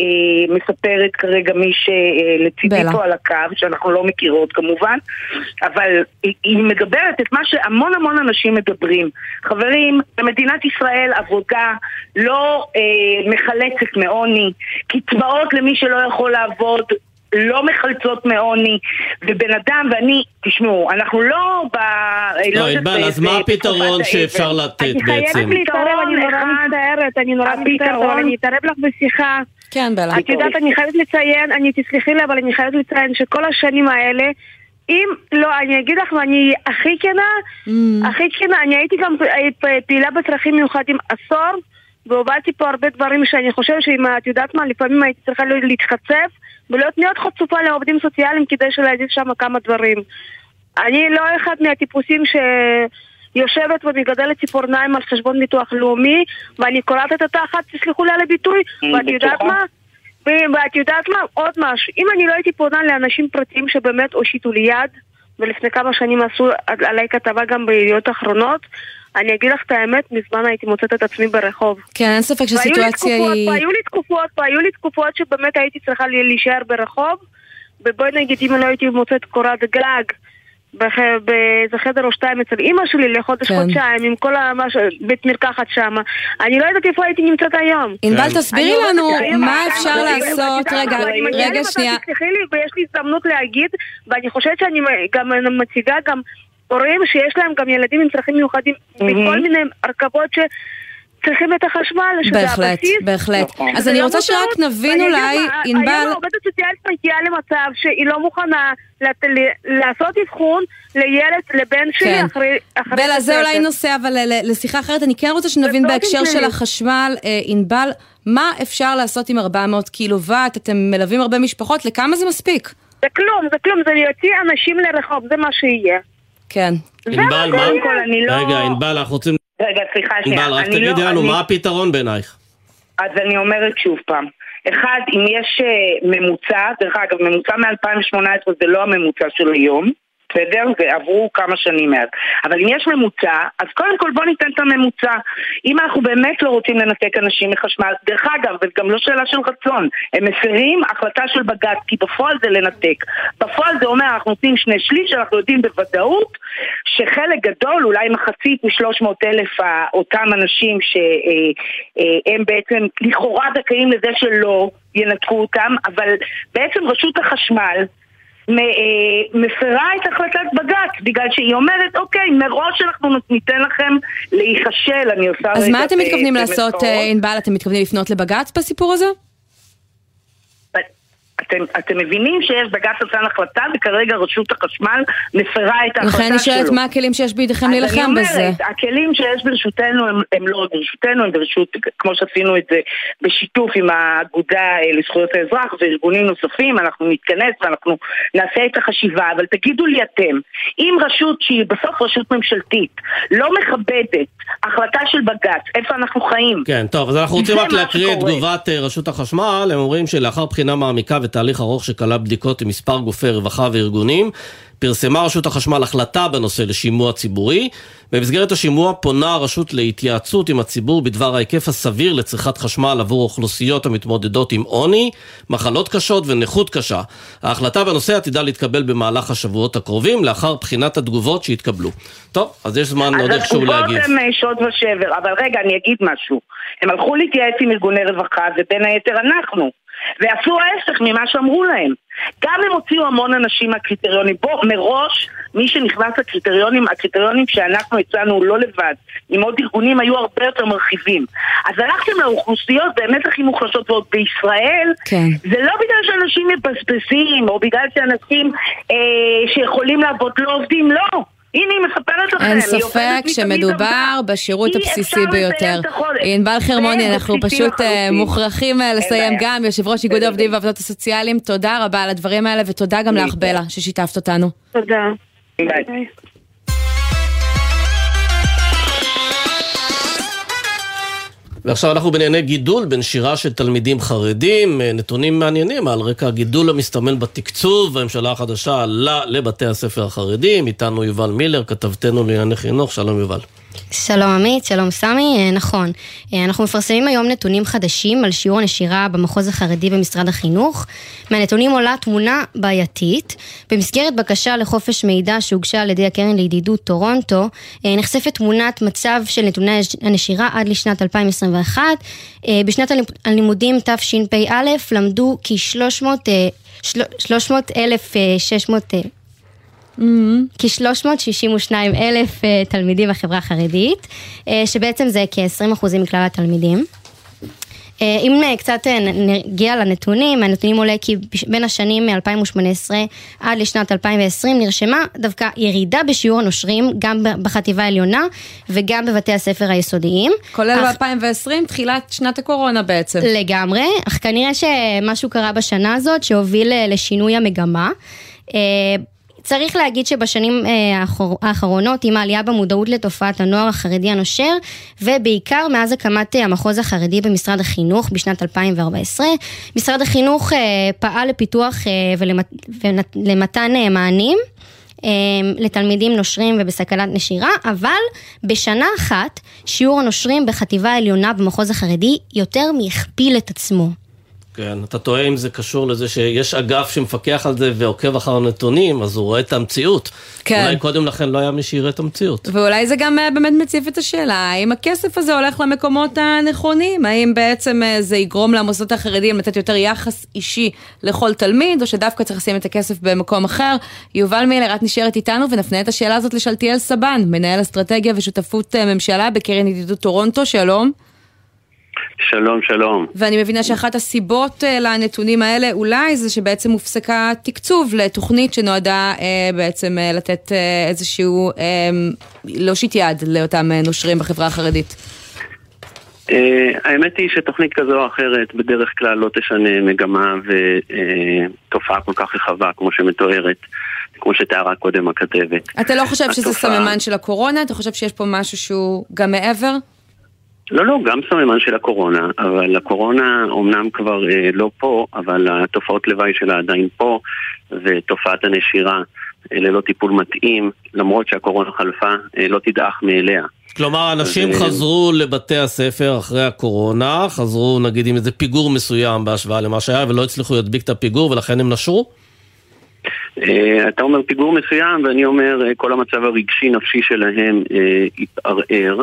שמספרת כרגע מי שלצידי פה על הקו, שאנחנו לא מכירות כמובן, אבל היא מדברת את מה שהמון המון אנשים מדברים. חברים, במדינת ישראל עבודה לא אה, מחלצת מעוני, קצבאות למי שלא יכול לעבוד, לא מחלצות מעוני, ובן אדם, ואני, תשמעו, אנחנו לא ב... לא, ענבל, אז מה הפתרון שאפשר לתת בעצם? אני חייבת להתערב, אני נורא מצטערת, אני נורא מצטערת, אבל אני אתערב לך בשיחה. כן, בלה. את יודעת, אני חייבת לציין, אני תסלחי לי, אבל אני חייבת לציין שכל השנים האלה, אם לא, אני אגיד לך, ואני הכי כנה, הכי כנה, אני הייתי גם פעילה בצרכים מיוחדים עשור, והובלתי פה הרבה דברים שאני חושבת שאם את יודעת מה, לפעמים הייתי צריכה להתחצף, ולהיות מאוד חצופה לעובדים סוציאליים כדי שלהזיז שם כמה דברים. אני לא אחד מהטיפוסים שיושבת ומגדלת ציפורניים על חשבון ביטוח לאומי, ואני קוראת את התחת, תסלחו לי על הביטוי, ואת יודעת מה? ואת יודעת מה? עוד משהו. אם אני לא הייתי פונה לאנשים פרטיים שבאמת הושיטו לי יד, ולפני כמה שנים עשו עליי כתבה גם בידיעות אחרונות, אני אגיד לך את האמת, מזמן הייתי מוצאת את עצמי ברחוב. כן, אין ספק שהסיטואציה היא... והיו לי תקופות, והיו לי תקופות שבאמת הייתי צריכה להישאר ברחוב, ובואי נגיד, אם לא הייתי מוצאת קורת גג, באיזה חדר או שתיים אצל אמא שלי לחודש חודשיים, עם כל בית מרקחת שם, אני לא יודעת איפה הייתי נמצאת היום. ענבל, תסבירי לנו מה אפשר לעשות. רגע, רגע שנייה. תסלחי לי, ויש לי הזדמנות להגיד, ואני חושבת שאני גם מציגה גם רואים שיש להם גם ילדים עם צרכים מיוחדים בכל מיני הרכבות שצריכים את החשמל, שזה הבסיס. בהחלט, בהחלט. אז אני רוצה שרק נבין אולי, ענבל... היום העובדת הסוציאלית מגיעה למצב שהיא לא מוכנה לעשות אבחון לילד, לבן שלי אחרי... בלה, זה אולי נושא, אבל לשיחה אחרת, אני כן רוצה שנבין בהקשר של החשמל, ענבל, מה אפשר לעשות עם ארבע מאות קילוואט? אתם מלווים הרבה משפחות, לכמה זה מספיק? זה כלום, זה כלום, זה להוציא אנשים לרחוב, זה מה שיהיה. כן. ענבל, מה? רגע, ענבל, אנחנו רוצים... רגע, סליחה שנייה. ענבל, רק תגידי לנו, מה הפתרון בעינייך? אז אני אומרת שוב פעם, אחד, אם יש ממוצע, דרך אגב, ממוצע מ-אלפיים שמונה עשרה זה לא הממוצע של היום, בסדר? ועברו כמה שנים מאז. אבל אם יש ממוצע, אז קודם כל בוא ניתן את הממוצע. אם אנחנו באמת לא רוצים לנתק אנשים מחשמל, דרך אגב, וגם לא שאלה של רצון, הם מפרים החלטה של בג"ץ, כי בפועל זה לנתק. בפועל זה אומר, אנחנו נותנים שני שליש, אנחנו יודעים בוודאות, שחלק גדול, אולי מחצית מ-שלוש מאות אלף אותם אנשים שהם בעצם לכאורה זכאים לזה שלא ינתקו אותם, אבל בעצם רשות החשמל, מפרה את החלטת בג"ץ בגלל שהיא אומרת אוקיי, מראש אנחנו ניתן לכם להיחשל. אני עושה אז מה אתם מתכוונים לעשות, ענבל? אתם מתכוונים לפנות לבג"ץ בסיפור הזה? אתם, אתם מבינים שיש בג"ץ נתן החלטה וכרגע רשות החשמל מפרה את ההחלטה שלו. לכן אני שואלת מה הכלים שיש בידיכם להילחם בזה. אומרת, הכלים שיש ברשותנו הם, הם לא ברשותנו, הם ברשות, כמו שעשינו את זה בשיתוף עם האגודה לזכויות האזרח וארגונים נוספים, אנחנו נתכנס ואנחנו נעשה את החשיבה, אבל תגידו לי אתם, אם רשות שהיא בסוף רשות ממשלתית לא מכבדת החלטה של בג"ץ, איפה אנחנו חיים? כן, טוב, אז אנחנו רוצים רק להקריא את תגובת רשות החשמל. הם אומרים שלאחר בחינה מעמיקה ותהליך ארוך שכלל בדיקות עם מספר גופי רווחה וארגונים, פרסמה רשות החשמל החלטה בנושא לשימוע ציבורי. במסגרת השימוע פונה הרשות להתייעצות עם הציבור בדבר ההיקף הסביר לצריכת חשמל עבור אוכלוסיות המתמודדות עם עוני, מחלות קשות ונכות קשה. ההחלטה בנושא עתידה להתקבל במהלך השבועות הקרובים, לאחר בחינת התגובות שהתקבלו. טוב, אז יש זמן עוד איכשהו להגיב. אז התגובות הן שוד ושבר, אבל רגע, אני אגיד משהו. הם הלכו להתייעץ עם ארגוני רווחה, ובין היתר אנחנו. ועשו ההפך ממה שאמרו להם. גם הם הוציאו המון אנשים מהקריטריונים. בוא, מראש, מי שנכנס לקריטריונים, הקריטריונים שאנחנו הצענו לא לבד, עם עוד ארגונים היו הרבה יותר מרחיבים. אז הלכתם לאוכלוסיות באמת הכי מוחלשות, ועוד בישראל, כן. זה לא בגלל שאנשים מבזבזים, או בגלל שאנשים אה, שיכולים לעבוד לא עובדים, לא. הנה, היא מספרת לכם. אין ספק שמדובר בשירות הבסיסי ביותר. ענבל חרמוני, אנחנו פשוט מוכרחים לסיים. גם יושב ראש איגוד העובדים והעובדות הסוציאליים, תודה רבה על הדברים האלה, ותודה גם לך בלה ששיתפת אותנו. תודה. ביי. ועכשיו אנחנו בענייני גידול בנשירה של תלמידים חרדים, נתונים מעניינים על רקע הגידול המסתמן בתקצוב, והממשלה החדשה עלה לבתי הספר החרדים. איתנו יובל מילר, כתבתנו לענייני חינוך. שלום יובל. שלום עמית, שלום סמי. נכון, אנחנו מפרסמים היום נתונים חדשים על שיעור הנשירה במחוז החרדי במשרד החינוך. מהנתונים עולה תמונה בעייתית. במסגרת בקשה לחופש מידע שהוגשה על ידי הקרן לידידות טורונטו, נחשפת תמונת מצב של נתוני הנשירה עד לשנת אלפיים עשרים ואחת. בשנת הלימודים תשפ"א למדו כ-שלוש מאות אלף ושש מאות כ-שלוש מאות שישים ושניים אלף תלמידים בחברה החרדית, שבעצם זה כ-עשרים אחוז מכלל התלמידים. אם קצת נגיע לנתונים, הנתונים עולה כי בין השנים מ-אלפיים שמונה עשרה עד לשנת אלפיים ועשרים נרשמה דווקא ירידה בשיעור הנושרים, גם בחטיבה העליונה וגם בבתי הספר היסודיים. כולל ב-אלפיים ועשרים, תחילת שנת הקורונה בעצם. לגמרי, אך כנראה שמשהו קרה בשנה הזאת שהוביל לשינוי המגמה. צריך להגיד שבשנים האחרונות עם העלייה במודעות לתופעת הנוער החרדי הנושר, ובעיקר מאז הקמת המחוז החרדי במשרד החינוך בשנת אלפיים וארבע עשרה, משרד החינוך פעל לפיתוח ולמתן מענים לתלמידים נושרים ובסכנת נשירה, אבל בשנה אחת שיעור הנושרים בחטיבה העליונה במחוז החרדי יותר מהכפיל את עצמו. כן, אתה טועה אם זה קשור לזה שיש אגף שמפקח על זה ועוקב אחר הנתונים, אז הוא רואה את המציאות. כן. אולי קודם לכן לא היה מי שיראה את המציאות. ואולי זה גם באמת מציף את השאלה, האם הכסף הזה הולך למקומות הנכונים? האם בעצם זה יגרום למוסדות החרדיים לתת יותר יחס אישי לכל תלמיד, או שדווקא צריך לשים את הכסף במקום אחר? יובל מילר, את נשארת איתנו ונפנה את השאלה הזאת לשלטיאל סבן, מנהל אסטרטגיה ושותפות ממשלה בקרן ידידות טורונטו. שלום. שלום, שלום. ואני מבינה שאחת הסיבות לנתונים האלה אולי זה שבעצם הופסקה תקצוב לתוכנית שנועדה אה, בעצם אה, לתת אה, איזשהו אה, להושיט יד לאותם נושרים בחברה החרדית. אה, האמת היא שתוכנית כזו או אחרת בדרך כלל לא תשנה מגמה ותופעה כל כך רחבה כמו שמתוארת, כמו שתיארה קודם הכתבת. אתה לא חושב שזה סממן של הקורונה? אתה חושב שיש פה משהו שהוא גם מעבר? לא, לא, גם סממן של הקורונה, אבל הקורונה אומנם כבר אה, לא פה, אבל התופעות לוואי שלה עדיין פה, ותופעת הנשירה אה, ללא טיפול מתאים, למרות שהקורונה חלפה, אה, לא תדעך מאליה. כלומר, אנשים אז, חזרו לבתי הספר אחרי הקורונה, חזרו נגיד עם איזה פיגור מסוים בהשוואה למה שהיה, ולא הצליחו להדביק את הפיגור, ולכן הם נשרו? אה, אתה אומר פיגור מסוים, ואני אומר, אה, כל המצב הרגשי נפשי שלהם אה, יתערער,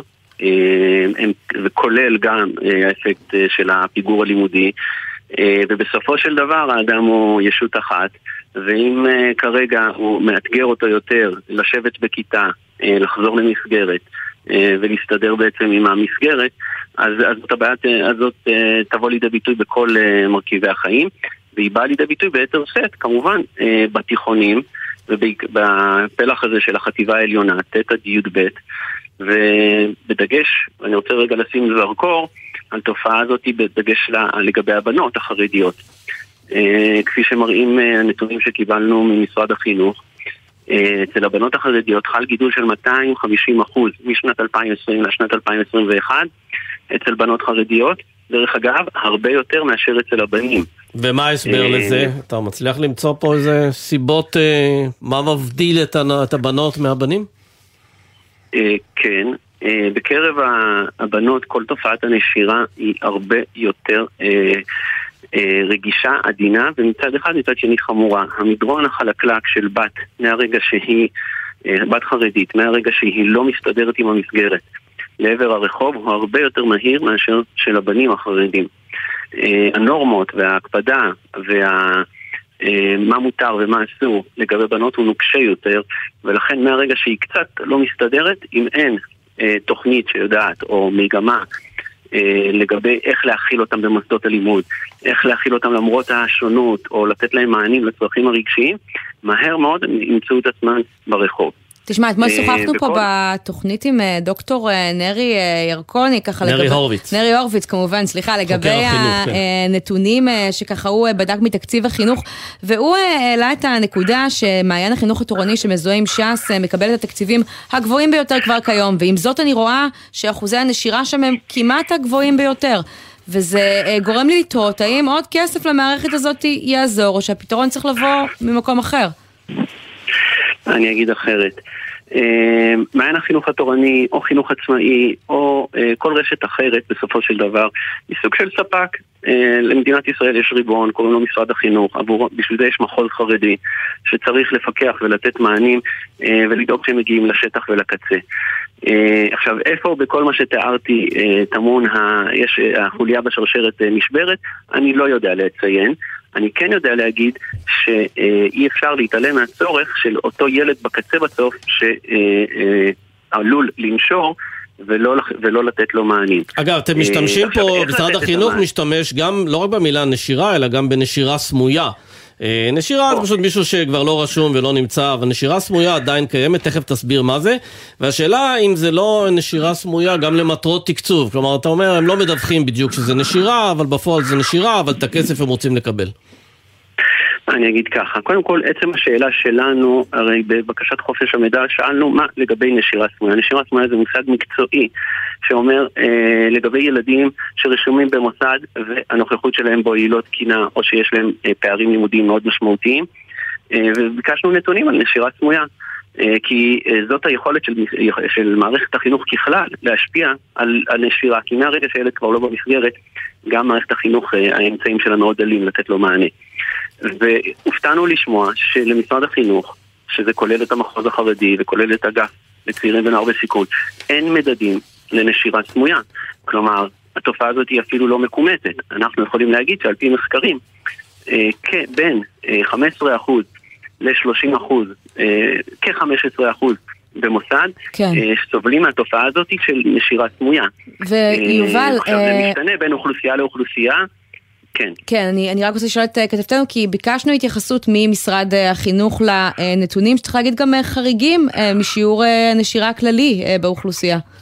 וכולל גם האפקט של הפיגור הלימודי, ובסופו של דבר האדם הוא ישות אחת, ואם כרגע הוא מאתגר אותו יותר לשבת בכיתה, לחזור למסגרת ולהסתדר בעצם עם המסגרת, אז זאת הבעיה הזאת תבוא לידי ביטוי בכל מרכיבי החיים, והיא באה לידי ביטוי ביתר שאת כמובן בתיכונים ובפלח הזה של החטיבה העליונה, ת' עד י' ב', ובדגש, אני רוצה רגע לשים זרקור על תופעה הזאת בדגש לגבי הבנות החרדיות. כפי שמראים הנתונים שקיבלנו ממשרד החינוך, אצל הבנות החרדיות חל גידול של מאתיים וחמישים אחוז משנת אלפיים ועשרים לשנת אלפיים עשרים ואחת, אצל בנות חרדיות, דרך אגב, הרבה יותר מאשר אצל הבנים. ומה ההסבר לזה? אתה מצליח למצוא פה איזה סיבות, מה מבדיל את הבנות מהבנים? כן, בקרב הבנות כל תופעת הנשירה היא הרבה יותר רגישה, עדינה, ומצד אחד מצד שני חמורה. המדרון החלקלק של בת מהרגע שהיא בת חרדית, מהרגע שהיא לא מסתדרת עם המסגרת לעבר הרחוב, הוא הרבה יותר מהיר מאשר של הבנים החרדים. הנורמות וההקפדה וה... מה מותר ומה אסור לגבי בנות הוא נוקשה יותר, ולכן מהרגע שהיא קצת לא מסתדרת, אם אין אה, תוכנית שיודעת או מגמה אה, לגבי איך להכיל אותם במוסדות הלימוד, איך להכיל אותם למרות השונות או לתת להם מענים לצרכים הרגשיים, מהר מאוד הם ימצאו את עצמם ברחוב. תשמע, אתמול שוחחנו פה בתוכנית עם דוקטור נרי ירקוני, ככה נרי לגבי... הורוביץ. נרי הורוביץ, כמובן, סליחה, לגבי הנתונים שככה הוא בדק מתקציב החינוך, והוא העלה את הנקודה שמעיין החינוך התורני שמזוהה עם ש"ס מקבל את התקציבים הגבוהים ביותר כבר כיום, ועם זאת אני רואה שאחוזי הנשירה שם הם כמעט הגבוהים ביותר. וזה גורם לי לתהות, האם עוד כסף למערכת הזאת יעזור, או שהפתרון צריך לבוא ממקום אחר? אני אגיד אחרת. מעיין החינוך התורני או חינוך עצמאי או כל רשת אחרת בסופו של דבר היא סוג של ספק. למדינת ישראל יש ריבון, קוראים לו משרד החינוך, עבור, בשביל זה יש מחוז חרדי שצריך לפקח ולתת מענים ולדאוג שהם מגיעים לשטח ולקצה. עכשיו, איפה בכל מה שתיארתי תמון יש החוליה בשרשרת נשברת, אני לא יודע לציין. אני כן יודע להגיד שאי אפשר להתעלם מהצורך של אותו ילד בקצה בסוף שעלול לנשור ולא, ולא לתת לו מענים. אגב, אתם משתמשים פה, משרד החינוך משתמש גם לא רק במילה נשירה, אלא גם בנשירה סמויה. נשירה זה פשוט מישהו שכבר לא רשום ולא נמצא, אבל נשירה סמויה עדיין קיימת, תכף תסביר מה זה. והשאלה אם זה לא נשירה סמויה גם למטרות תקצוב. כלומר, אתה אומר, הם לא מדווחים בדיוק שזה נשירה, אבל בפועל זה נשירה, אבל את הכסף הם רוצים לקבל. אני אגיד ככה, קודם כל עצם השאלה שלנו, הרי בבקשת חופש המידע שאלנו מה לגבי נשירה סמויה. נשירה סמויה זה מושג מקצועי שאומר אה, לגבי ילדים שרשומים במוסד והנוכחות שלהם בו היא לא תקינה או שיש להם אה, פערים לימודיים מאוד משמעותיים, אה, וביקשנו נתונים על נשירה סמויה, אה, כי אה, זאת היכולת של, של מערכת החינוך ככלל להשפיע על הנשירה, כי מהרגע שילד כבר לא במסגרת, גם מערכת החינוך אה, האמצעים שלה מאוד דלים לתת לו מענה. והופתענו לשמוע שלמשרד החינוך, שזה כולל את המחוז החרדי וכולל את אגף לצעירים ונוער בסיכון, אין מדדים לנשירה סמויה. כלומר, התופעה הזאת היא אפילו לא מקומטת. אנחנו יכולים להגיד שעל פי מחקרים, אה, בין אה, חמישה עשר אחוז ל-שלושים אחוז, אה, כ-חמישה עשר אחוז במוסד, כן. אה, סובלים מהתופעה הזאת של נשירה סמויה. ויובל... אה, עכשיו אה... זה משתנה בין אוכלוסייה לאוכלוסייה, כן. כן, אני, אני רק רוצה לשאול את כתבתנו, כי ביקשנו התייחסות ממשרד החינוך לנתונים, שצריך להגיד גם חריגים משיעור נשירה כללי באוכלוסייה.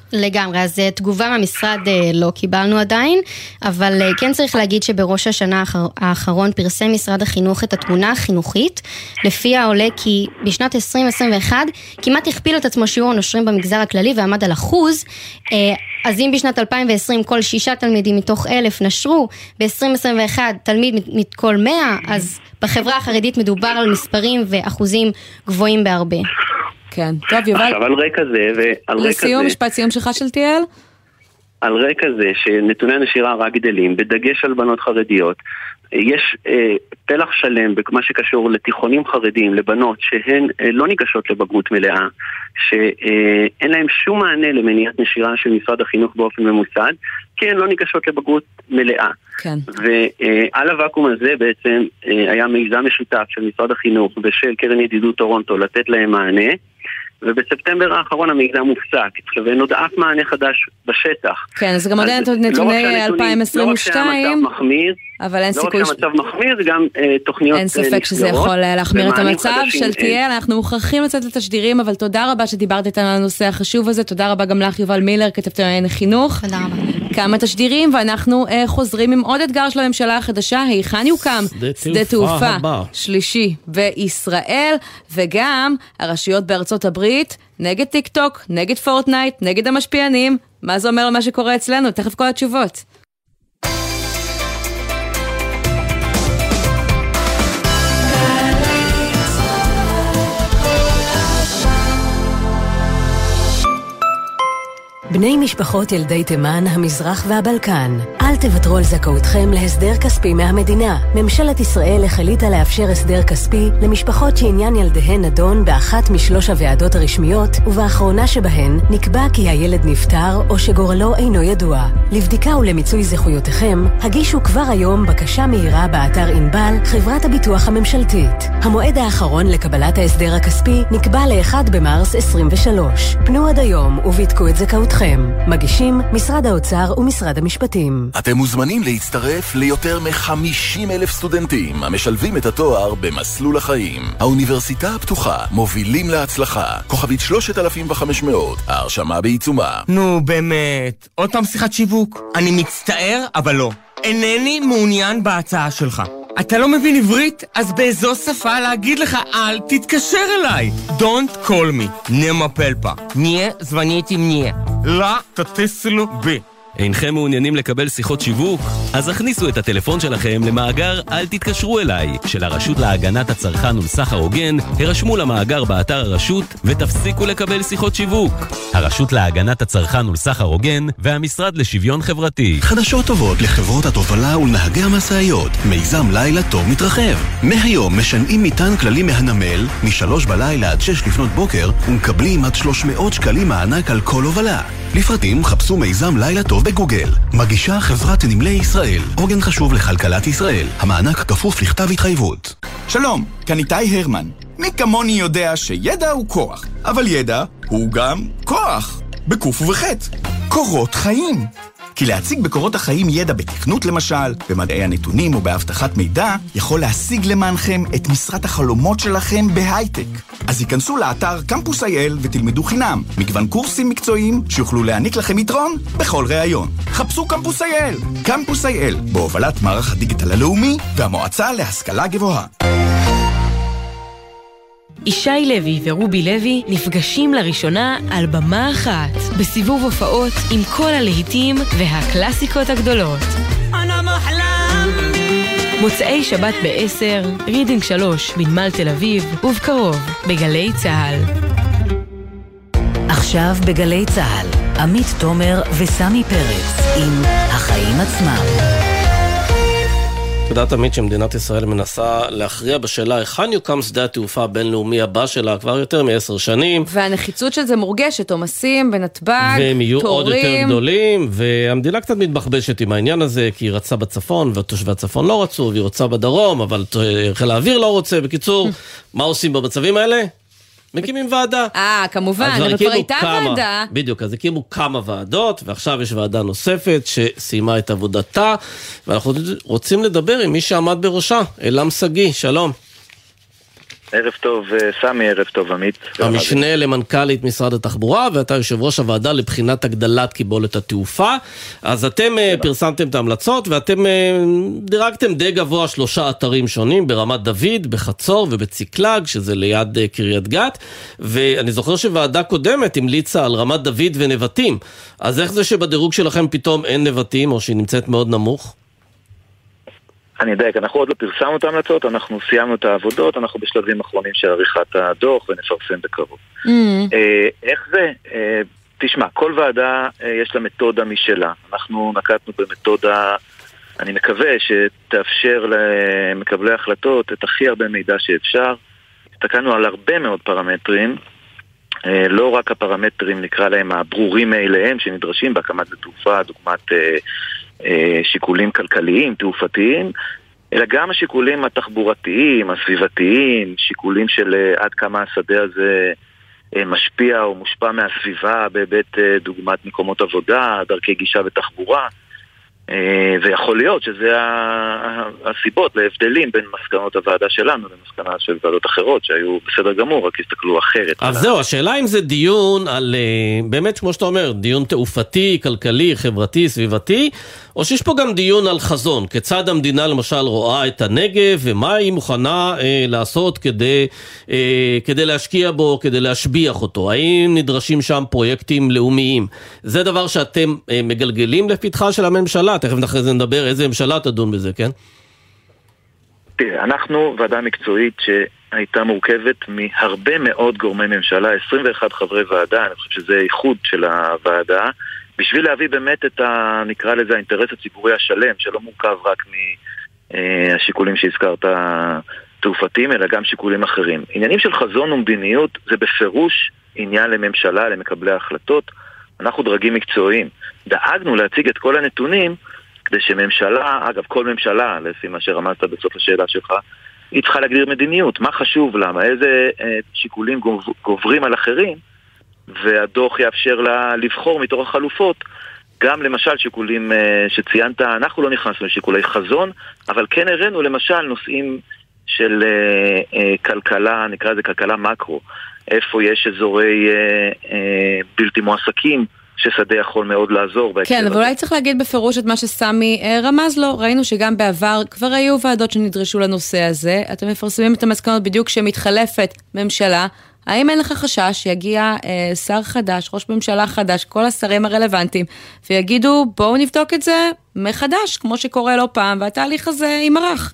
לגמרי, אז תגובה מהמשרד לא קיבלנו עדיין, אבל כן צריך להגיד שבראש השנה האחרון פרסם משרד החינוך את התמונה החינוכית, לפיה עולה כי בשנת עשרים עשרים ואחת כמעט הכפיל את עצמו שיעור הנושרים במגזר הכללי ועמד על אחוז, אז אם בשנת אלפיים ועשרים כל שישה תלמידים מתוך אלף נשרו, ב-עשרים עשרים ואחת תלמיד מכל מאה, אז בחברה החרדית מדובר על מספרים ואחוזים גבוהים בהרבה. כן, טוב, יובל. עכשיו על רקע זה, ועל רקע זה... לסיום, משפט סיום שלך של תיאל? על רקע זה שנתוני הנשירה רק גדלים, בדגש על בנות חרדיות, יש אה, פלח שלם במה שקשור לתיכונים חרדים, לבנות שהן אה, לא ניגשות לבגרות מלאה, שאין להם שום מענה למניעת נשירה של משרד החינוך באופן ממוסד, כי הן לא ניגשות לבגרות מלאה. כן. ועל הוואקום הזה בעצם אה, היה מיזם משותף של משרד החינוך ושל קרן ידידות טורונטו לתת להם מענה, ובספטמבר האחרון המיזם מופסק, ונוד אף מענה חדש בשטח. כן, אז גם עוד אין נתוני אלפיים עשרים ושתיים, לא רק שהמצב מחמיר, אבל אין סיכוי... לא רק שהמצב מחמיר, גם תוכניות... אין ספק שזה יכול להחמיר את המצב של תיאל, אנחנו מוכרחים לצאת לתשדירים, אבל תודה רבה שדיברת איתנו על הנושא החשוב הזה, תודה רבה גם לך יובל מילר, כתבת עלינו חינוך. תודה רבה. כמה תשדירים, ואנחנו חוזרים עם עוד אתגר של הממשלה החדשה, היכן יוקם שדה תעופה שלישי בישראל, וגם הרשויות בארצות הברית, נגד טיק טוק, נגד פורטנייט, נגד המשפיענים. מה זה אומר על מה שקורה אצלנו? תכף כל התשובות. בני משפחות ילדי תימן, המזרח והבלקן, אל תוותרו על זכאותכם להסדר כספי מהמדינה. ממשלת ישראל החליטה לאפשר הסדר כספי למשפחות שעניין ילדיהן נדון באחת משלוש הוועדות הרשמיות, ובאחרונה שבהן נקבע כי הילד נפטר או שגורלו אינו ידוע. לבדיקה ולמיצוי זכויותיכם, הגישו כבר היום בקשה מהירה באתר אינבל, חברת הביטוח הממשלתית. המועד האחרון לקבלת ההסדר הכספי נקבע ל-אחד במרס עשרים ושלוש. פנו עד היום ובדקו את זכאותכם. מגישים משרד האוצר ומשרד המשפטים. אתם מוזמנים להצטרף ליותר מ-חמישים אלף סטודנטים המשלבים את התואר במסלול החיים. האוניברסיטה הפתוחה, מובילים להצלחה. כוכבית שלושת אלפים וחמש מאות, ההרשמה בעיצומה. נו באמת, עוד פעם שיחת שיווק. אני מצטער, אבל לא. אינני מעוניין בהצעה שלך. אתה לא מבין עברית? אז באיזו שפה להגיד לך אל תתקשר אליי. Don't call me. נמה פלפה. ניה זווניתי מניה. לא תתסלו בי. אינכם מעוניינים לקבל שיחות שיווק? אז הכניסו את הטלפון שלכם למאגר אל תתקשרו אליי של הרשות להגנת הצרכן ולסחר הוגן, הרשמו למאגר באתר הרשות ותפסיקו לקבל שיחות שיווק. הרשות להגנת הצרכן ולסחר הוגן והמשרד לשוויון חברתי. חדשות טובות לחברות התובלה ולנהגי המשאיות. מיזם לילה טוב מתרחב. מהיום משנעים מטען כללי מהנמל משלוש בלילה עד שש לפנות בוקר ומקבלים עד שלוש מאות שקלים מענק על כל הובלה. לפרטים חפשו מיזם לילה טוב בגוגל. מגישה חברת נמלי ישראל, עוגן חשוב לכלכלת ישראל. המענק כפוף לכתב התחייבות. שלום, כאן איתי הרמן. מי כמוני יודע שידע הוא כוח, אבל ידע הוא גם כוח. בקוף ובחט. קורות חיים. כי להציג בקורות החיים ידע בתכנות למשל, במדעי הנתונים או בהבטחת מידע, יכול להשיג למענכם את משרת החלומות שלכם בהייטק. אז היכנסו לאתר קמפוס איי אל ותלמדו חינם, מגוון קורסים מקצועיים שיוכלו להעניק לכם יתרון בכל ראיון. חפשו קמפוס איי אל, קמפוס איי אל, בהובלת מערך הדיגיטל הלאומי והמועצה להשכלה גבוהה. ישי לוי ורובי לוי נפגשים לראשונה על במה אחת, בסיבוב הופעות עם כל הלהיטים והקלאסיקות הגדולות. מוצאי שבת בעשר, רידינג שלוש בנמל תל אביב, ובקרוב בגלי צהל. עכשיו בגלי צהל, עמית תומר וסמי פרץ עם החיים עצמם. יודעת תמיד שמדינת ישראל מנסה להכריע בשאלה היכן יוקם שדה התעופה הבינלאומי הבא שלה כבר יותר מעשר שנים. והנחיצות של זה מורגשת, עומסים בנתב"ג, והם יהיו תורים. עוד יותר גדולים, והמדינה קצת מתבחבשת עם העניין הזה, כי היא רצה בצפון, ותושבי הצפון לא רצו, והיא רוצה בדרום, אבל חיל האוויר לא רוצה. בקיצור, מה עושים במצבים האלה? מקימים ועדה. אה, כמובן, אבל כבר הייתה ועדה. בדיוק, אז הקימו כמה ועדות, ועכשיו יש ועדה נוספת שסיימה את עבודתה, ואנחנו רוצים לדבר עם מי שעמד בראשה, אלם סגי, שלום. ערב טוב סמי, ערב טוב עמית. המשנה למנכ"לית משרד התחבורה, ואתה יושב ראש הוועדה לבחינת הגדלת קיבולת התעופה. אז אתם פרסמתם את ההמלצות, ואתם דירגתם די גבוה שלושה אתרים שונים, ברמת דוד, בחצור ובציקלג, שזה ליד קריית גת, ואני זוכר שוועדה קודמת המליצה על רמת דוד ונבטים. אז איך זה שבדירוג שלכם פתאום אין נבטים, או שהיא נמצאת מאוד נמוך? אני יודע, אנחנו עוד לא פרסמנו את ההמלצות, אנחנו סיימנו את העבודות, אנחנו בשלבים אחרונים של עריכת הדוח ונפרסם בקרוב. Mm. איך זה? תשמע, כל ועדה יש לה מתודה משלה. אנחנו נקטנו במתודה, אני מקווה שתאפשר למקבלי החלטות את הכי הרבה מידע שאפשר. הסתכלנו על הרבה מאוד פרמטרים, לא רק הפרמטרים נקרא להם הברורים מאליהם שנדרשים בהקמת התעופה, דוגמת שיקולים כלכליים, תעופתיים, אלא גם השיקולים התחבורתיים, הסביבתיים, שיקולים של עד כמה השדה הזה משפיע או מושפע מהסביבה בהיבט דוגמת מקומות עבודה, דרכי גישה ותחבורה, ויכול להיות שזה הסיבות להבדלים בין מסקנות הוועדה שלנו למסקנה של ועדות אחרות שהיו בסדר גמור, רק הסתכלו אחרת. אז זהו, השאלה אם זה דיון על, באמת כמו שאתה אומר, דיון תעופתי, כלכלי, חברתי, סביבתי, או שיש פה גם דיון על חזון, כיצד המדינה למשל רואה את הנגב, ומה היא מוכנה אה, לעשות כדי, אה, כדי להשקיע בו, כדי להשביח אותו. האם נדרשים שם פרויקטים לאומיים? זה דבר שאתם אה, מגלגלים לפתחה של הממשלה, תכף אחרי זה נדבר איזה ממשלה תדון בזה, כן? תראה, אנחנו ועדה מקצועית שהייתה מורכבת מהרבה מאוד גורמי ממשלה, עשרים ואחד חברי ועדה, אני חושב שזה איחוד של הוועדה, בשביל להביא באמת את ה, נקרא לזה, האינטרס הציבורי השלם, שלא מורכב רק מהשיקולים שהזכרת תעופתיים, אלא גם שיקולים אחרים. עניינים של חזון ומדיניות זה בפירוש עניין לממשלה, למקבלי ההחלטות. אנחנו דרגים מקצועיים. דאגנו להציג את כל הנתונים, כדי שממשלה, אגב, כל ממשלה, לפי מה שרמזת בסוף השאלה שלך, היא צריכה להגדיר מדיניות. מה חשוב למה? איזה שיקולים גוברים על אחרים? והדוח יאפשר לה לבחור מתוך החלופות, גם למשל שיקולים שציינת, אנחנו לא נכנסנו לשיקולי חזון, אבל כן הראינו למשל נושאים של כלכלה, נקרא זה כלכלה מקרו, איפה יש אזורי בלתי מועסקים, ששדה יכול מאוד לעזור. כן, אבל אולי צריך להגיד בפירוש את מה שסמי רמז לו, ראינו שגם בעבר כבר היו ועדות שנדרשו לנושא הזה, אתם מפרסמים את המסקנות בדיוק כשמתחלפת ממשלה, האם אין לך חשש שיגיע אה, שר חדש, ראש ממשלה חדש, כל השרים הרלוונטיים, ויגידו בואו נבדוק את זה מחדש, כמו שקורה לא פעם, והתהליך הזה יימרח?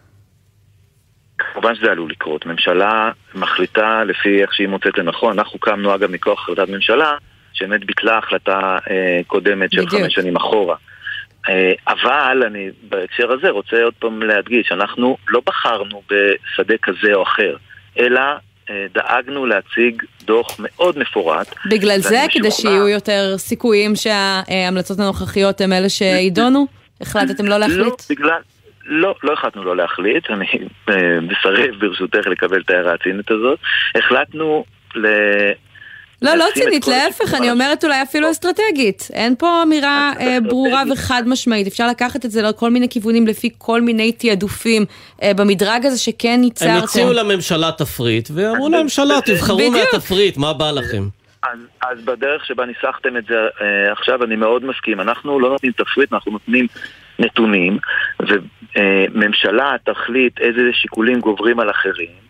כמובן שזה עלול לקרות. ממשלה מחליטה לפי איך שהיא מוצאת לנכון. אנחנו קמנו אגב מכוח החלטת ממשלה, שבאמת ביטלה החלטה אה, קודמת של בדיוק. חמש שנים אחורה. אה, אבל אני בהקשר הזה רוצה עוד פעם להדגיש, אנחנו לא בחרנו בשדה כזה או אחר, אלא דאגנו להציג דוח מאוד מפורט. בגלל זה, כדי שיהיו יותר סיכויים שההמלצות הנוכחיות הם אלה שידונו? החלטתם לא להחליט? לא, בגלל... לא, לא החלטנו לא להחליט. אני מסרב ברשותך לקבל את ההערה הצינית הזאת. החלטנו ל... לא, לא צינית, להפך, אני אומרת אולי אפילו אסטרטגית. אין פה אמירה ברורה וחד משמעית. אפשר לקחת את זה לכל מיני כיוונים לפי כל מיני תיעדופים במדרג הזה שכן ניצרתם. הם הציעו לממשלה תפריט, ואמרו לממשלה, תבחרו מהתפריט, מה בא לכם? אז, אז בדרך שבה ניסחתם את זה עכשיו, אני מאוד מסכים. אנחנו לא נותנים תפריט, אנחנו נותנים נתונים, וממשלה תחליט איזה שיקולים גוברים על אחרים,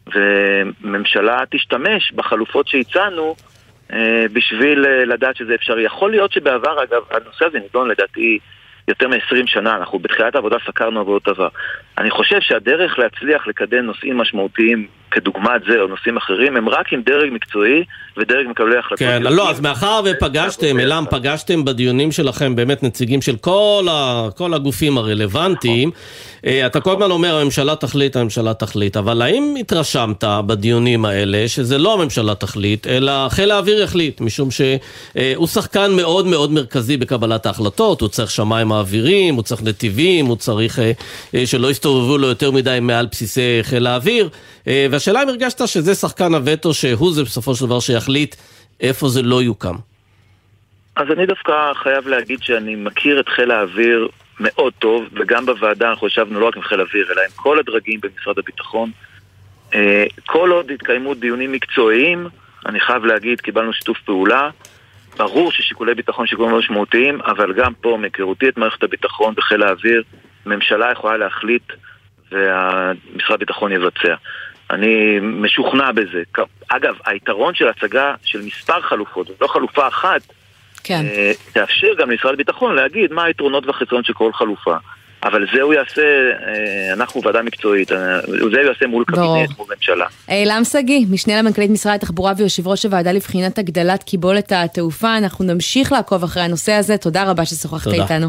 וממשלה תשתמש בחלופות שהצענו אה, בשביל אה, לדעת שזה אפשרי. יכול להיות שבעבר, אגב, הנושא הזה נידון לדעתי יותר מ-עשרים שנה, אנחנו בתחילת העבודה סקרנו עבודות עבר. אני חושב שהדרך להצליח לקדם נושאים משמעותיים כדוגמת זה או נושאים אחרים, הם רק עם דרג מקצועי ודרג מקבלי החלטות. כן, לא, אז מאחר ופגשתם, אלם, פגשתם בדיונים שלכם באמת נציגים של כל, ה, כל הגופים הרלוונטיים, אתה כל הזמן אומר, הממשלה תחליט, הממשלה תחליט, אבל האם התרשמת בדיונים האלה, שזה לא הממשלה תחליט, אלא חיל האוויר יחליט, משום שהוא שחקן מאוד מאוד מרכזי בקבלת ההחלטות, הוא צריך שמיים האווירים, הוא צריך נתיבים, הוא צריך שלא יסתובבו לו יותר מדי מעל בסיסי חיל האוויר, והשאלה אם הרגשת שזה שחקן הווטו, שהוא זה בסופו של דבר שיחליט איפה זה לא יוקם. אז אני דווקא חייב להגיד שאני מכיר את חיל האוויר מאוד טוב, וגם בוועדה אנחנו ישבנו לא רק עם חיל האוויר, אלא עם כל הדרגים במשרד הביטחון, כל עוד התקיימו דיונים מקצועיים, אני חייב להגיד, קיבלנו שיתוף פעולה, ברור ששיקולי ביטחון שיקולים לא משמעותיים, אבל גם פה, מכירותי את מערכת הביטחון בחיל האוויר, ממשלה יכולה להחליט והמשרד הביטחון יבצע. אני משוכנע בזה. אגב, היתרון של הצגה של מספר חלופות, לא חלופה אחת, כן. תאפשר גם למשרד הביטחון להגיד מה היתרונות והחסרונות של כל חלופה. אבל זה הוא יעשה, אנחנו ועדה מקצועית, זה הוא יעשה מול קבינט, מול ממשלה. אילם סגי, משנה למנכ"לית משרד התחבורה ויושב ראש הוועדה לבחינת הגדלת קיבולת התעופה, אנחנו נמשיך לעקוב אחרי הנושא הזה, תודה רבה ששוחחת איתנו.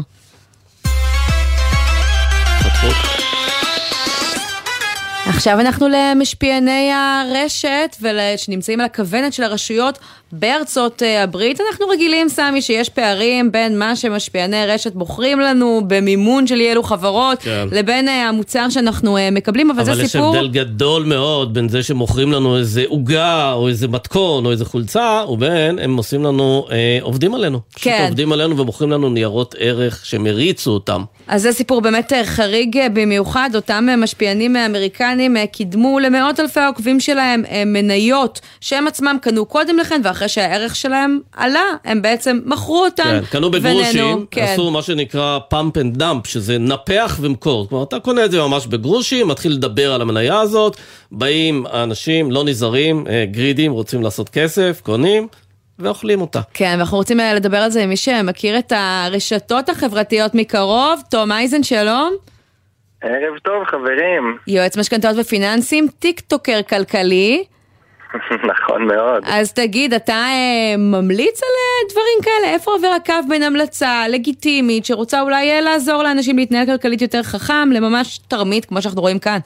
עכשיו אנחנו למשפיעני הרשת ושנמצאים על הכוונת של הרשויות בארצות הברית. אנחנו רגילים, סמי, שיש פערים בין מה שמשפיעני רשת בוחרים לנו במימון של אילו חברות, כן. לבין המוצר שאנחנו מקבלים, אבל, אבל זה סיפור... אבל יש הבדל גדול מאוד בין זה שמוכרים לנו איזה עוגה או איזה מתכון או איזה חולצה, ובין הם עושים לנו, אה, עובדים עלינו. כן. פשוט עובדים עלינו ומוכרים לנו ניירות ערך שמריצו אותם. אז זה סיפור באמת חריג במיוחד, אותם משפיענים אמריקנים קידמו למאות אלפי העוקבים שלהם מניות שהם עצמם קנו קודם לכן, ואחרי שהערך שלהם עלה, הם בעצם מכרו אותם. כן, קנו בגרושים, כן. עשו מה שנקרא פאמפ אנד דאמפ, שזה נפח ומקור. כלומר, אתה קונה את זה ממש בגרושים, מתחיל לדבר על המניה הזאת, באים האנשים לא נזרים, גרידים, רוצים לעשות כסף, קונים, ואוכלים אותה. כן, ואנחנו רוצים לדבר על זה עם מי שמכיר את הרשתות החברתיות מקרוב. תום אייזן, שלום. ערב טוב, חברים. יועץ משכנתאות ופיננסים, טיק-טוקר כלכלי. נכון מאוד. אז תגיד, אתה אה, ממליץ על דברים כאלה? איפה עובר הקו בין המלצה לגיטימית, שרוצה אולי אה, לעזור לאנשים להתנהל כלכלית יותר חכם, לממש תרמית, כמו שאנחנו רואים כאן?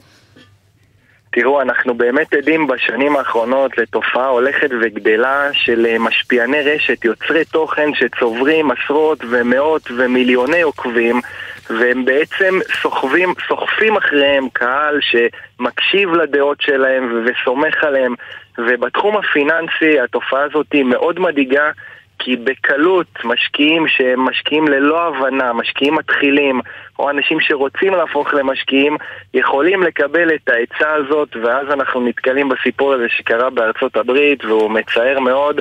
תראו, אנחנו באמת עדים בשנים האחרונות לתופעה הולכת וגדלה של משפיעני רשת, יוצרי תוכן שצוברים עשרות ומאות ומיליוני עוקבים, והם בעצם סוחבים, סוחפים אחריהם קהל שמקשיב לדעות שלהם וסומך עליהם. ובתחום הפיננסי התופעה הזאת היא מאוד מדאיגה, כי בקלות משקיעים שהם משקיעים ללא הבנה, משקיעים מתחילים, או אנשים שרוצים להפוך למשקיעים, יכולים לקבל את העצה הזאת, ואז אנחנו נתקלים בסיפור הזה שקרה בארצות הברית, והוא מצער מאוד,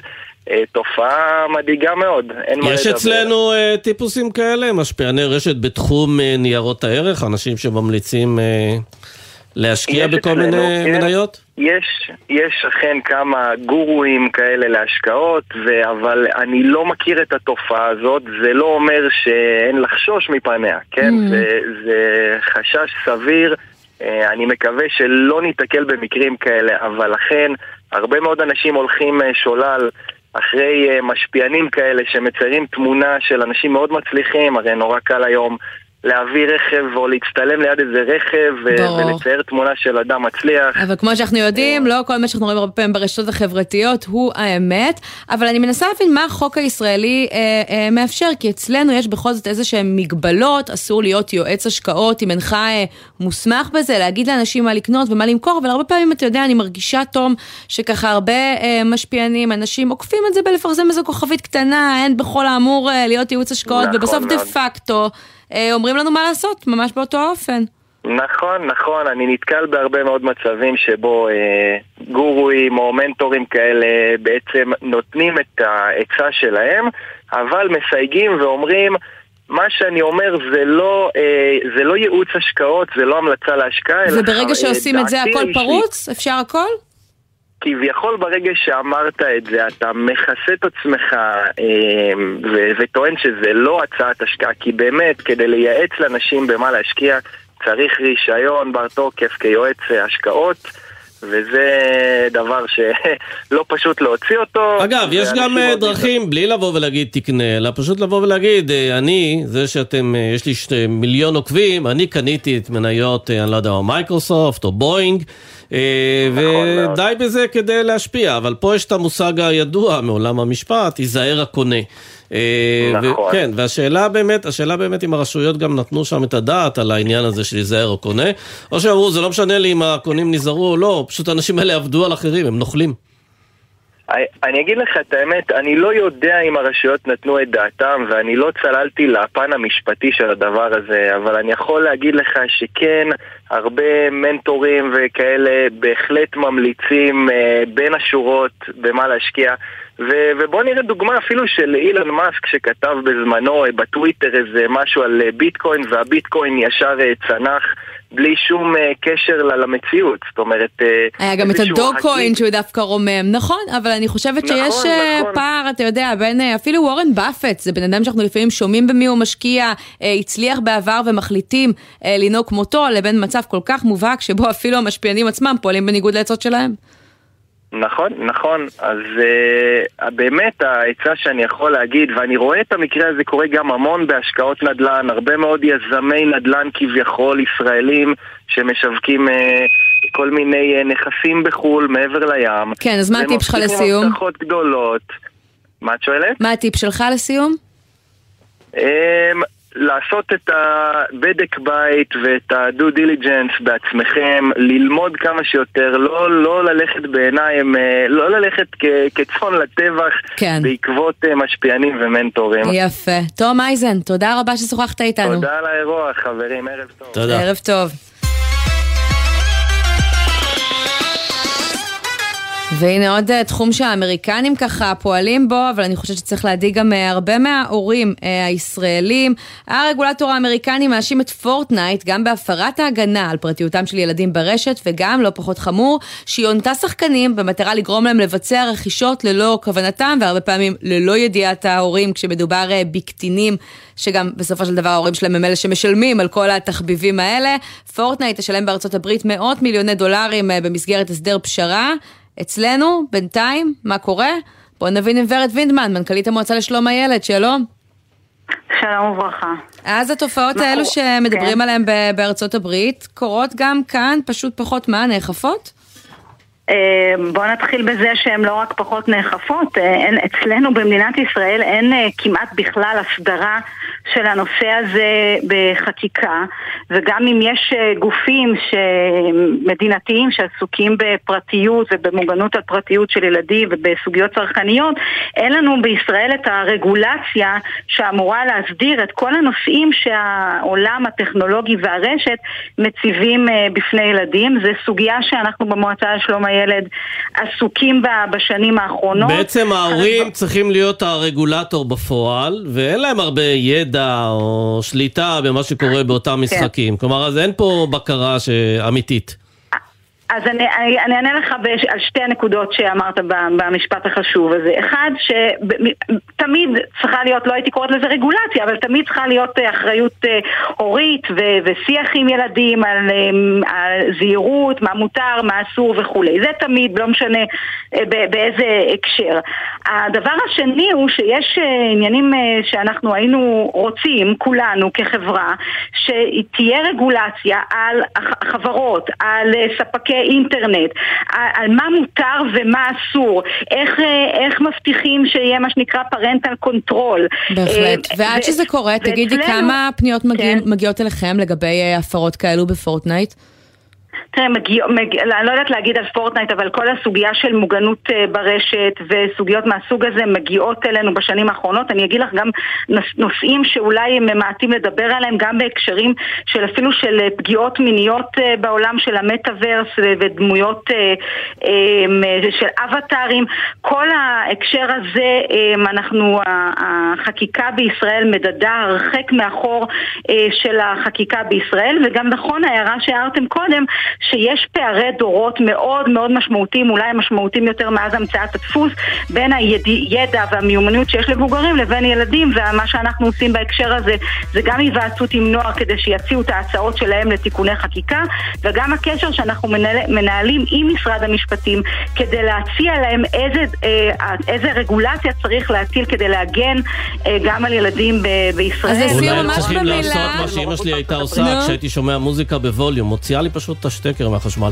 תופעה מדאיגה מאוד. יש אצלנו uh, טיפוסים כאלה, משפיעני רשת בתחום uh, ניירות הערך, אנשים שממליצים uh, להשקיע בכל אצלנו, מיני כן, מניות? יש, יש אכן כמה גורואים כאלה להשקעות, ו- אבל אני לא מכיר את התופעה הזאת, זה לא אומר שאין לחשוש מפניה, כן? Mm. זה, זה חשש סביר, uh, אני מקווה שלא ניתקל במקרים כאלה, אבל לכן הרבה מאוד אנשים הולכים uh, שולל, אחרי uh, משפיענים כאלה שמציירים תמונה של אנשים מאוד מצליחים, הרי נורא קל היום להביא רכב או להצטלם ליד איזה רכב ולצייר תמונה של אדם מצליח. אבל כמו שאנחנו יודעים, לא כל מה שאנחנו רואים הרבה פעמים ברשתות החברתיות הוא האמת, אבל אני מנסה להבין מה החוק הישראלי אה, אה, מאפשר, כי אצלנו יש בכל זאת איזה שהן מגבלות, אסור להיות יועץ השקעות, אם אינך אה, מוסמך בזה, להגיד לאנשים מה לקנות ומה למכור, אבל הרבה פעמים אתה יודע, אני מרגישה תום שככה הרבה אה, משפיענים, אנשים עוקפים את זה בלפרסם איזו כוכבית קטנה, אין בכל האמור אה, להיות ייעוץ השקעות, נכון, ובסוף דה פקטו אומרים לנו מה לעשות, ממש באותו האופן. נכון, נכון, אני נתקל בהרבה מאוד מצבים שבו אה, גורואים או מנטורים כאלה בעצם נותנים את העצה שלהם, אבל מסייגים ואומרים, מה שאני אומר זה לא, אה, זה לא ייעוץ השקעות, זה לא המלצה להשקעה. וברגע שעושים את זה הכל פרוץ? אפשר הכל? כביכול ברגע שאמרת את זה, אתה מכסה את עצמך אה, ו- וטוען שזה לא הצעת השקעה, כי באמת, כדי לייעץ לאנשים במה להשקיע, צריך רישיון בר תוקף כיועץ השקעות, וזה דבר שלא פשוט להוציא אותו. אגב, יש גם דרכים, זה... בלי לבוא ולהגיד תקנה, אלא פשוט לבוא ולהגיד, אני, זה שאתם, יש לי שתי מיליון עוקבים, אני קניתי את מניות, אני לא יודע, או מייקרוסופט או בוינג, ודי בזה כדי להשפיע, אבל פה יש את המושג הידוע מעולם המשפט, ייזהר הקונה. נכון. כן, והשאלה באמת, השאלה באמת אם הרשויות גם נתנו שם את הדעת על העניין הזה של ייזהר הקונה, או שאמרו, זה לא משנה לי אם הקונים נזהרו או לא, פשוט האנשים האלה עבדו על אחרים, הם נוכלים. אני אגיד לך את האמת, אני לא יודע אם הרשויות נתנו את דעתם, ואני לא צללתי לפן המשפטי של הדבר הזה, אבל אני יכול להגיד לך שכן, הרבה מנטורים וכאלה בהחלט ממליצים אה, בין השורות במה להשקיע, ו- ובוא נראה דוגמה אפילו של אילון מאסק שכתב בזמנו בטוויטר איזה משהו על ביטקוין, והביטקוין ישר צנח בלי שום uh, קשר למציאות. זאת אומרת, היה גם את הדוגקוין שהוא דווקא רומם, נכון, אבל אני חושבת נכון, שיש נכון. פער, אתה יודע, בין אפילו וורן באפט, זה בן אדם שאנחנו לפעמים שומעים במי הוא משקיע, הצליח בעבר ומחליטים לנהוג כמותו, לבין מצב כל כך מובהק שבו אפילו המשפיענים עצמם פועלים בניגוד לעצות שלהם. נכון, נכון. אז uh, באמת העצה שאני יכול להגיד, ואני רואה את המקרה הזה קורה גם המון בהשקעות נדל"ן, הרבה מאוד יזמי נדל"ן כביכול ישראלים שמשווקים uh, כל מיני uh, נכסים בחול מעבר לים. כן, אז מה הטיפ שלך לסיום? מבטיחות גדולות. מה את שואלת? מה הטיפ שלך לסיום? Um, לעשות את הבדק בית ואת הדו דיליג'נס בעצמכם, ללמוד כמה שיותר, לא, לא ללכת בעיניים, לא ללכת כ- כצאן לטבח, כן. בעקבות משפיענים ומנטורים. יפה. תום אייזן, תודה רבה ששוחחת איתנו. תודה על האירוח, חברים, ערב טוב. תודה. ערב טוב. והנה עוד תחום שהאמריקנים ככה פועלים בו, אבל אני חושבת שצריך להדיג גם הרבה מההורים הישראלים. הרגולטור האמריקני מאשים את פורטנייט גם בהפרת ההגנה על פרטיותם של ילדים ברשת, וגם, לא פחות חמור, שהיא הונתה שחקנים במטרה לגרום להם לבצע רכישות ללא כוונתם, והרבה פעמים ללא ידיעת ההורים, כשמדובר בקטינים, שגם בסופו של דבר ההורים שלהם הם אלה שמשלמים על כל התחביבים האלה. פורטנייט תשלם בארצות הברית מאות מיליוני דולרים במסגרת הסדר פשרה. אצלנו, בינתיים, מה קורה? בואו נבין עם ורד וינדמן, מנכ"לית המועצה לשלום הילד, שלום. שלום וברכה. אז התופעות האלו שמדברים עליהן בארצות הברית, קורות גם כאן, פשוט פחות מה, נאכפות? בואו נתחיל בזה שהן לא רק פחות נאכפות, אצלנו במדינת ישראל אין כמעט בכלל הסדרה של הנושא הזה בחקיקה, וגם אם יש גופים מדינתיים שעסוקים בפרטיות ובמוגנות על פרטיות של ילדים ובסוגיות צרכניות, אין לנו בישראל את הרגולציה שאמורה להסדיר את כל הנושאים שהעולם הטכנולוגי והרשת מציבים בפני ילדים. זה סוגיה שאנחנו במועצה לשלום הילד עסוקים בה בשנים האחרונות. בעצם ההורים צריכים להיות הרגולטור בפועל, ואין להם הרבה ידע או שליטה במה שקורה באותם משחקים. כלומר, אז אין פה בקרה אמיתית. אז אני, אני, אני אענה לך בש, על שתי הנקודות שאמרת במשפט החשוב הזה. אחד, שתמיד צריכה להיות, לא הייתי קוראת לזה רגולציה, אבל תמיד צריכה להיות אחריות הורית ו, ושיח עם ילדים על, על זהירות, מה מותר, מה אסור וכו'. זה תמיד, לא משנה באיזה הקשר. הדבר השני הוא שיש עניינים שאנחנו היינו רוצים, כולנו כחברה, שתהיה רגולציה על חברות, על ספקי אינטרנט, על מה מותר ומה אסור, איך, איך מבטיחים שיהיה מה שנקרא פרנטל קונטרול. בהחלט. ועד שזה קורה, תגידי כמה פניות מגיעות אליכם לגבי הפרות כאלו בפורטנייט? תראה, מגיע, מגיע, אני לא יודעת להגיד על פורטנייט, אבל כל הסוגיה של מוגנות ברשת וסוגיות מהסוג הזה מגיעות אלינו בשנים האחרונות. אני אגיד לך גם נושאים שאולי הם מעטים לדבר עליהם, גם בהקשרים של אפילו של פגיעות מיניות בעולם של המטאברס ודמויות של אבטרים. כל ההקשר הזה, אנחנו, החקיקה בישראל מדדה הרחק מאחור של החקיקה בישראל, וגם נכון ההערה שהערתם קודם, שיש פערי דורות מאוד מאוד משמעותיים, אולי משמעותיים יותר מאז המצאת הדפוס, בין הידע והמיומנות שיש לבוגרים לבין ילדים, ומה שאנחנו עושים בהקשר הזה זה גם היוועצות עם נוער כדי שיציעו את ההצעות שלהם לתיקוני חקיקה, וגם הקשר שאנחנו מנהלים עם משרד המשפטים כדי להציע להם איזה, איזה רגולציה צריך להטיל כדי להגן גם על ילדים בישראל. אז לסיום ממש צריכים לעשות מה שאמא שלי הייתה עושה כשהייתי שומע מוזיקה בווליום, מוציאה לי פשוט את השטקר מהחשמל.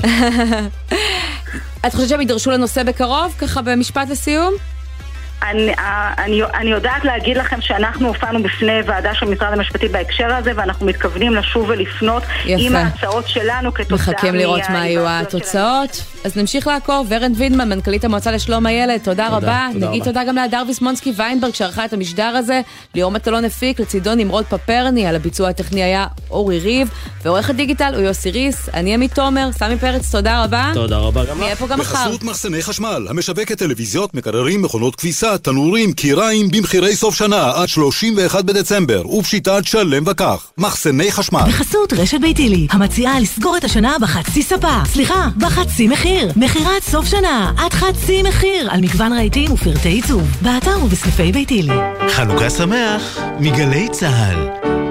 את חושבת שהם ידרשו לנושא בקרוב, ככה במשפט לסיום? אני, אני, אני יודעת להגיד לכם שאנחנו הופענו בפני ועדה של משרד המשפטי בהקשר הזה, ואנחנו מתכוונים לשוב ולפנות עם ההצעות שלנו כתוצאה. מחכים לראות מה יהיו התוצאות. אז נמשיך לעקוב. ורן וידמן, מנכ"לית המועצה לשלום הילד, תודה, תודה רבה. תודה נגיד רבה. תודה גם להדר ויסמונסקי ויינברג שערכה את המשדר הזה, ליאור מטלון הפיק, לצידו נמרוד פפרני, על הביצוע הטכני היה אורי ריב, ועורך הדיגיטל הוא יוסי ריס, אני עמית תומר, סמי פרץ, תודה רבה. תודה רבה גם נהיה פה גם מחר. בחסות מחסני חשמל, המשווקת טלוויזיות, מקררים, מכונות כביסה, תנורים, קיריים, במחירי סוף שנה עד שלושים ואחד בדצמבר, ובשיטת שלם וכך. מחסני חשמל. בחסות רשת ביתילי, המציעה לסגור את השנה בחצי ספה. סליחה, בחצי מחיר. מחירת סוף שנה עד חצי מחיר על מגוון רהיטים ופרטי עיצוב. באתר ובסניפי ביתילי. חנוכה שמח מגלי צהל.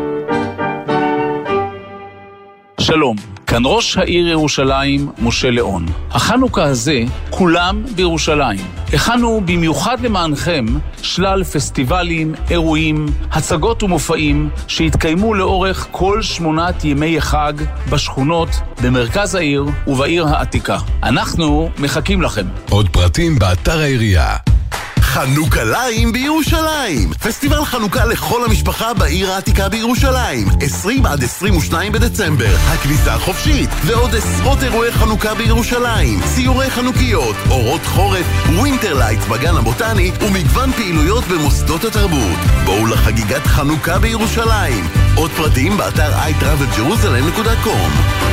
שלום, כאן ראש העיר ירושלים, משה ליאון. החנוכה הזה, כולם בירושלים. הכנו במיוחד למענכם שלל פסטיבלים, אירועים, הצגות ומופעים שהתקיימו לאורך כל שמונת ימי החג בשכונות, במרכז העיר ובעיר העתיקה. אנחנו מחכים לכם. עוד פרטים באתר העירייה. חנוכה ליים בירושלים. פסטיבל חנוכה לכל המשפחה בעיר העתיקה בירושלים. עשרים עד עשרים ושניים בדצמבר. הכניסה חופשית. ועוד עשרות אירועי חנוכה בירושלים. ציורי חנוכיות, אורות חורף, ווינטר לייטס בגן הבוטני ומגוון פעילויות במוסדות התרבות. בואו לחגיגת חנוכה בירושלים. עוד פרטים באתר איי טראבל ג'רוזלם דוט קום.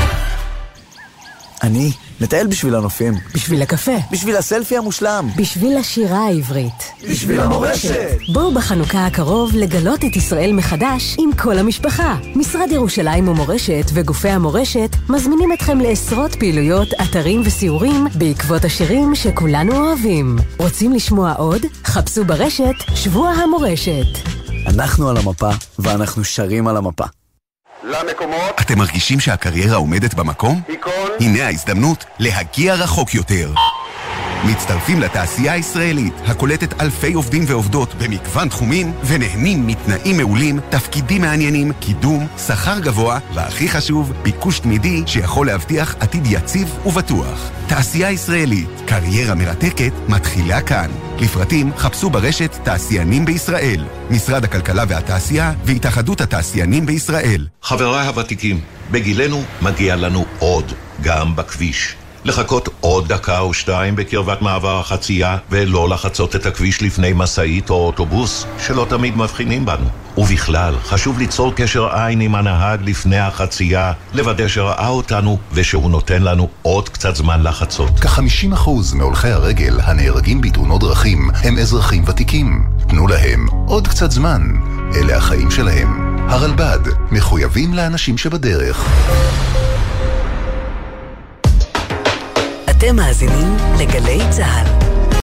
אני מטייל בשביל הנופים. בשביל הקפה. בשביל הסלפי המושלם. בשביל השירה העברית. בשביל המורשת. בואו בחנוכה הקרוב לגלות את ישראל מחדש עם כל המשפחה. משרד ירושלים ומורשת וגופי המורשת מזמינים אתכם לעשרות פעילויות, אתרים וסיורים בעקבות השירים שכולנו אוהבים. רוצים לשמוע עוד? חפשו ברשת שבוע המורשת. אנחנו על המפה ואנחנו שרים על המפה. למקומות. אתם מרגישים שהקריירה עומדת במקום? תיקון. הנה ההזדמנות להגיע רחוק יותר. מצטרפים לתעשייה הישראלית, הקולטת אלפי עובדים ועובדות במגוון תחומים, ונהנים מתנאים מעולים, תפקידים מעניינים, קידום, שכר גבוה, והכי חשוב, ביקוש תמידי שיכול להבטיח עתיד יציב ובטוח. תעשייה ישראלית, קריירה מרתקת, מתחילה כאן. לפרטים חפשו ברשת תעשיינים בישראל, משרד הכלכלה והתעשייה והתאחדות התעשיינים בישראל. חבריי הוותיקים, בגילנו מגיע לנו עוד, גם בכביש. לחכות עוד דקה או שתיים בקרבת מעבר החצייה ולא לחצות את הכביש לפני מסעית או אוטובוס שלא תמיד מבחינים בנו. ובכלל, חשוב ליצור קשר עין עם הנהג לפני החצייה, לוודא שראה אותנו ושהוא נותן לנו עוד קצת זמן לחצות. כ-חמישים אחוז מהולכי הרגל הנהרגים בתאונות דרכים הם אזרחים ותיקים. תנו להם עוד קצת זמן. אלה החיים שלהם. הרלב"ד, מחויבים לאנשים שבדרך. אתם מאזינים לגלי צהל.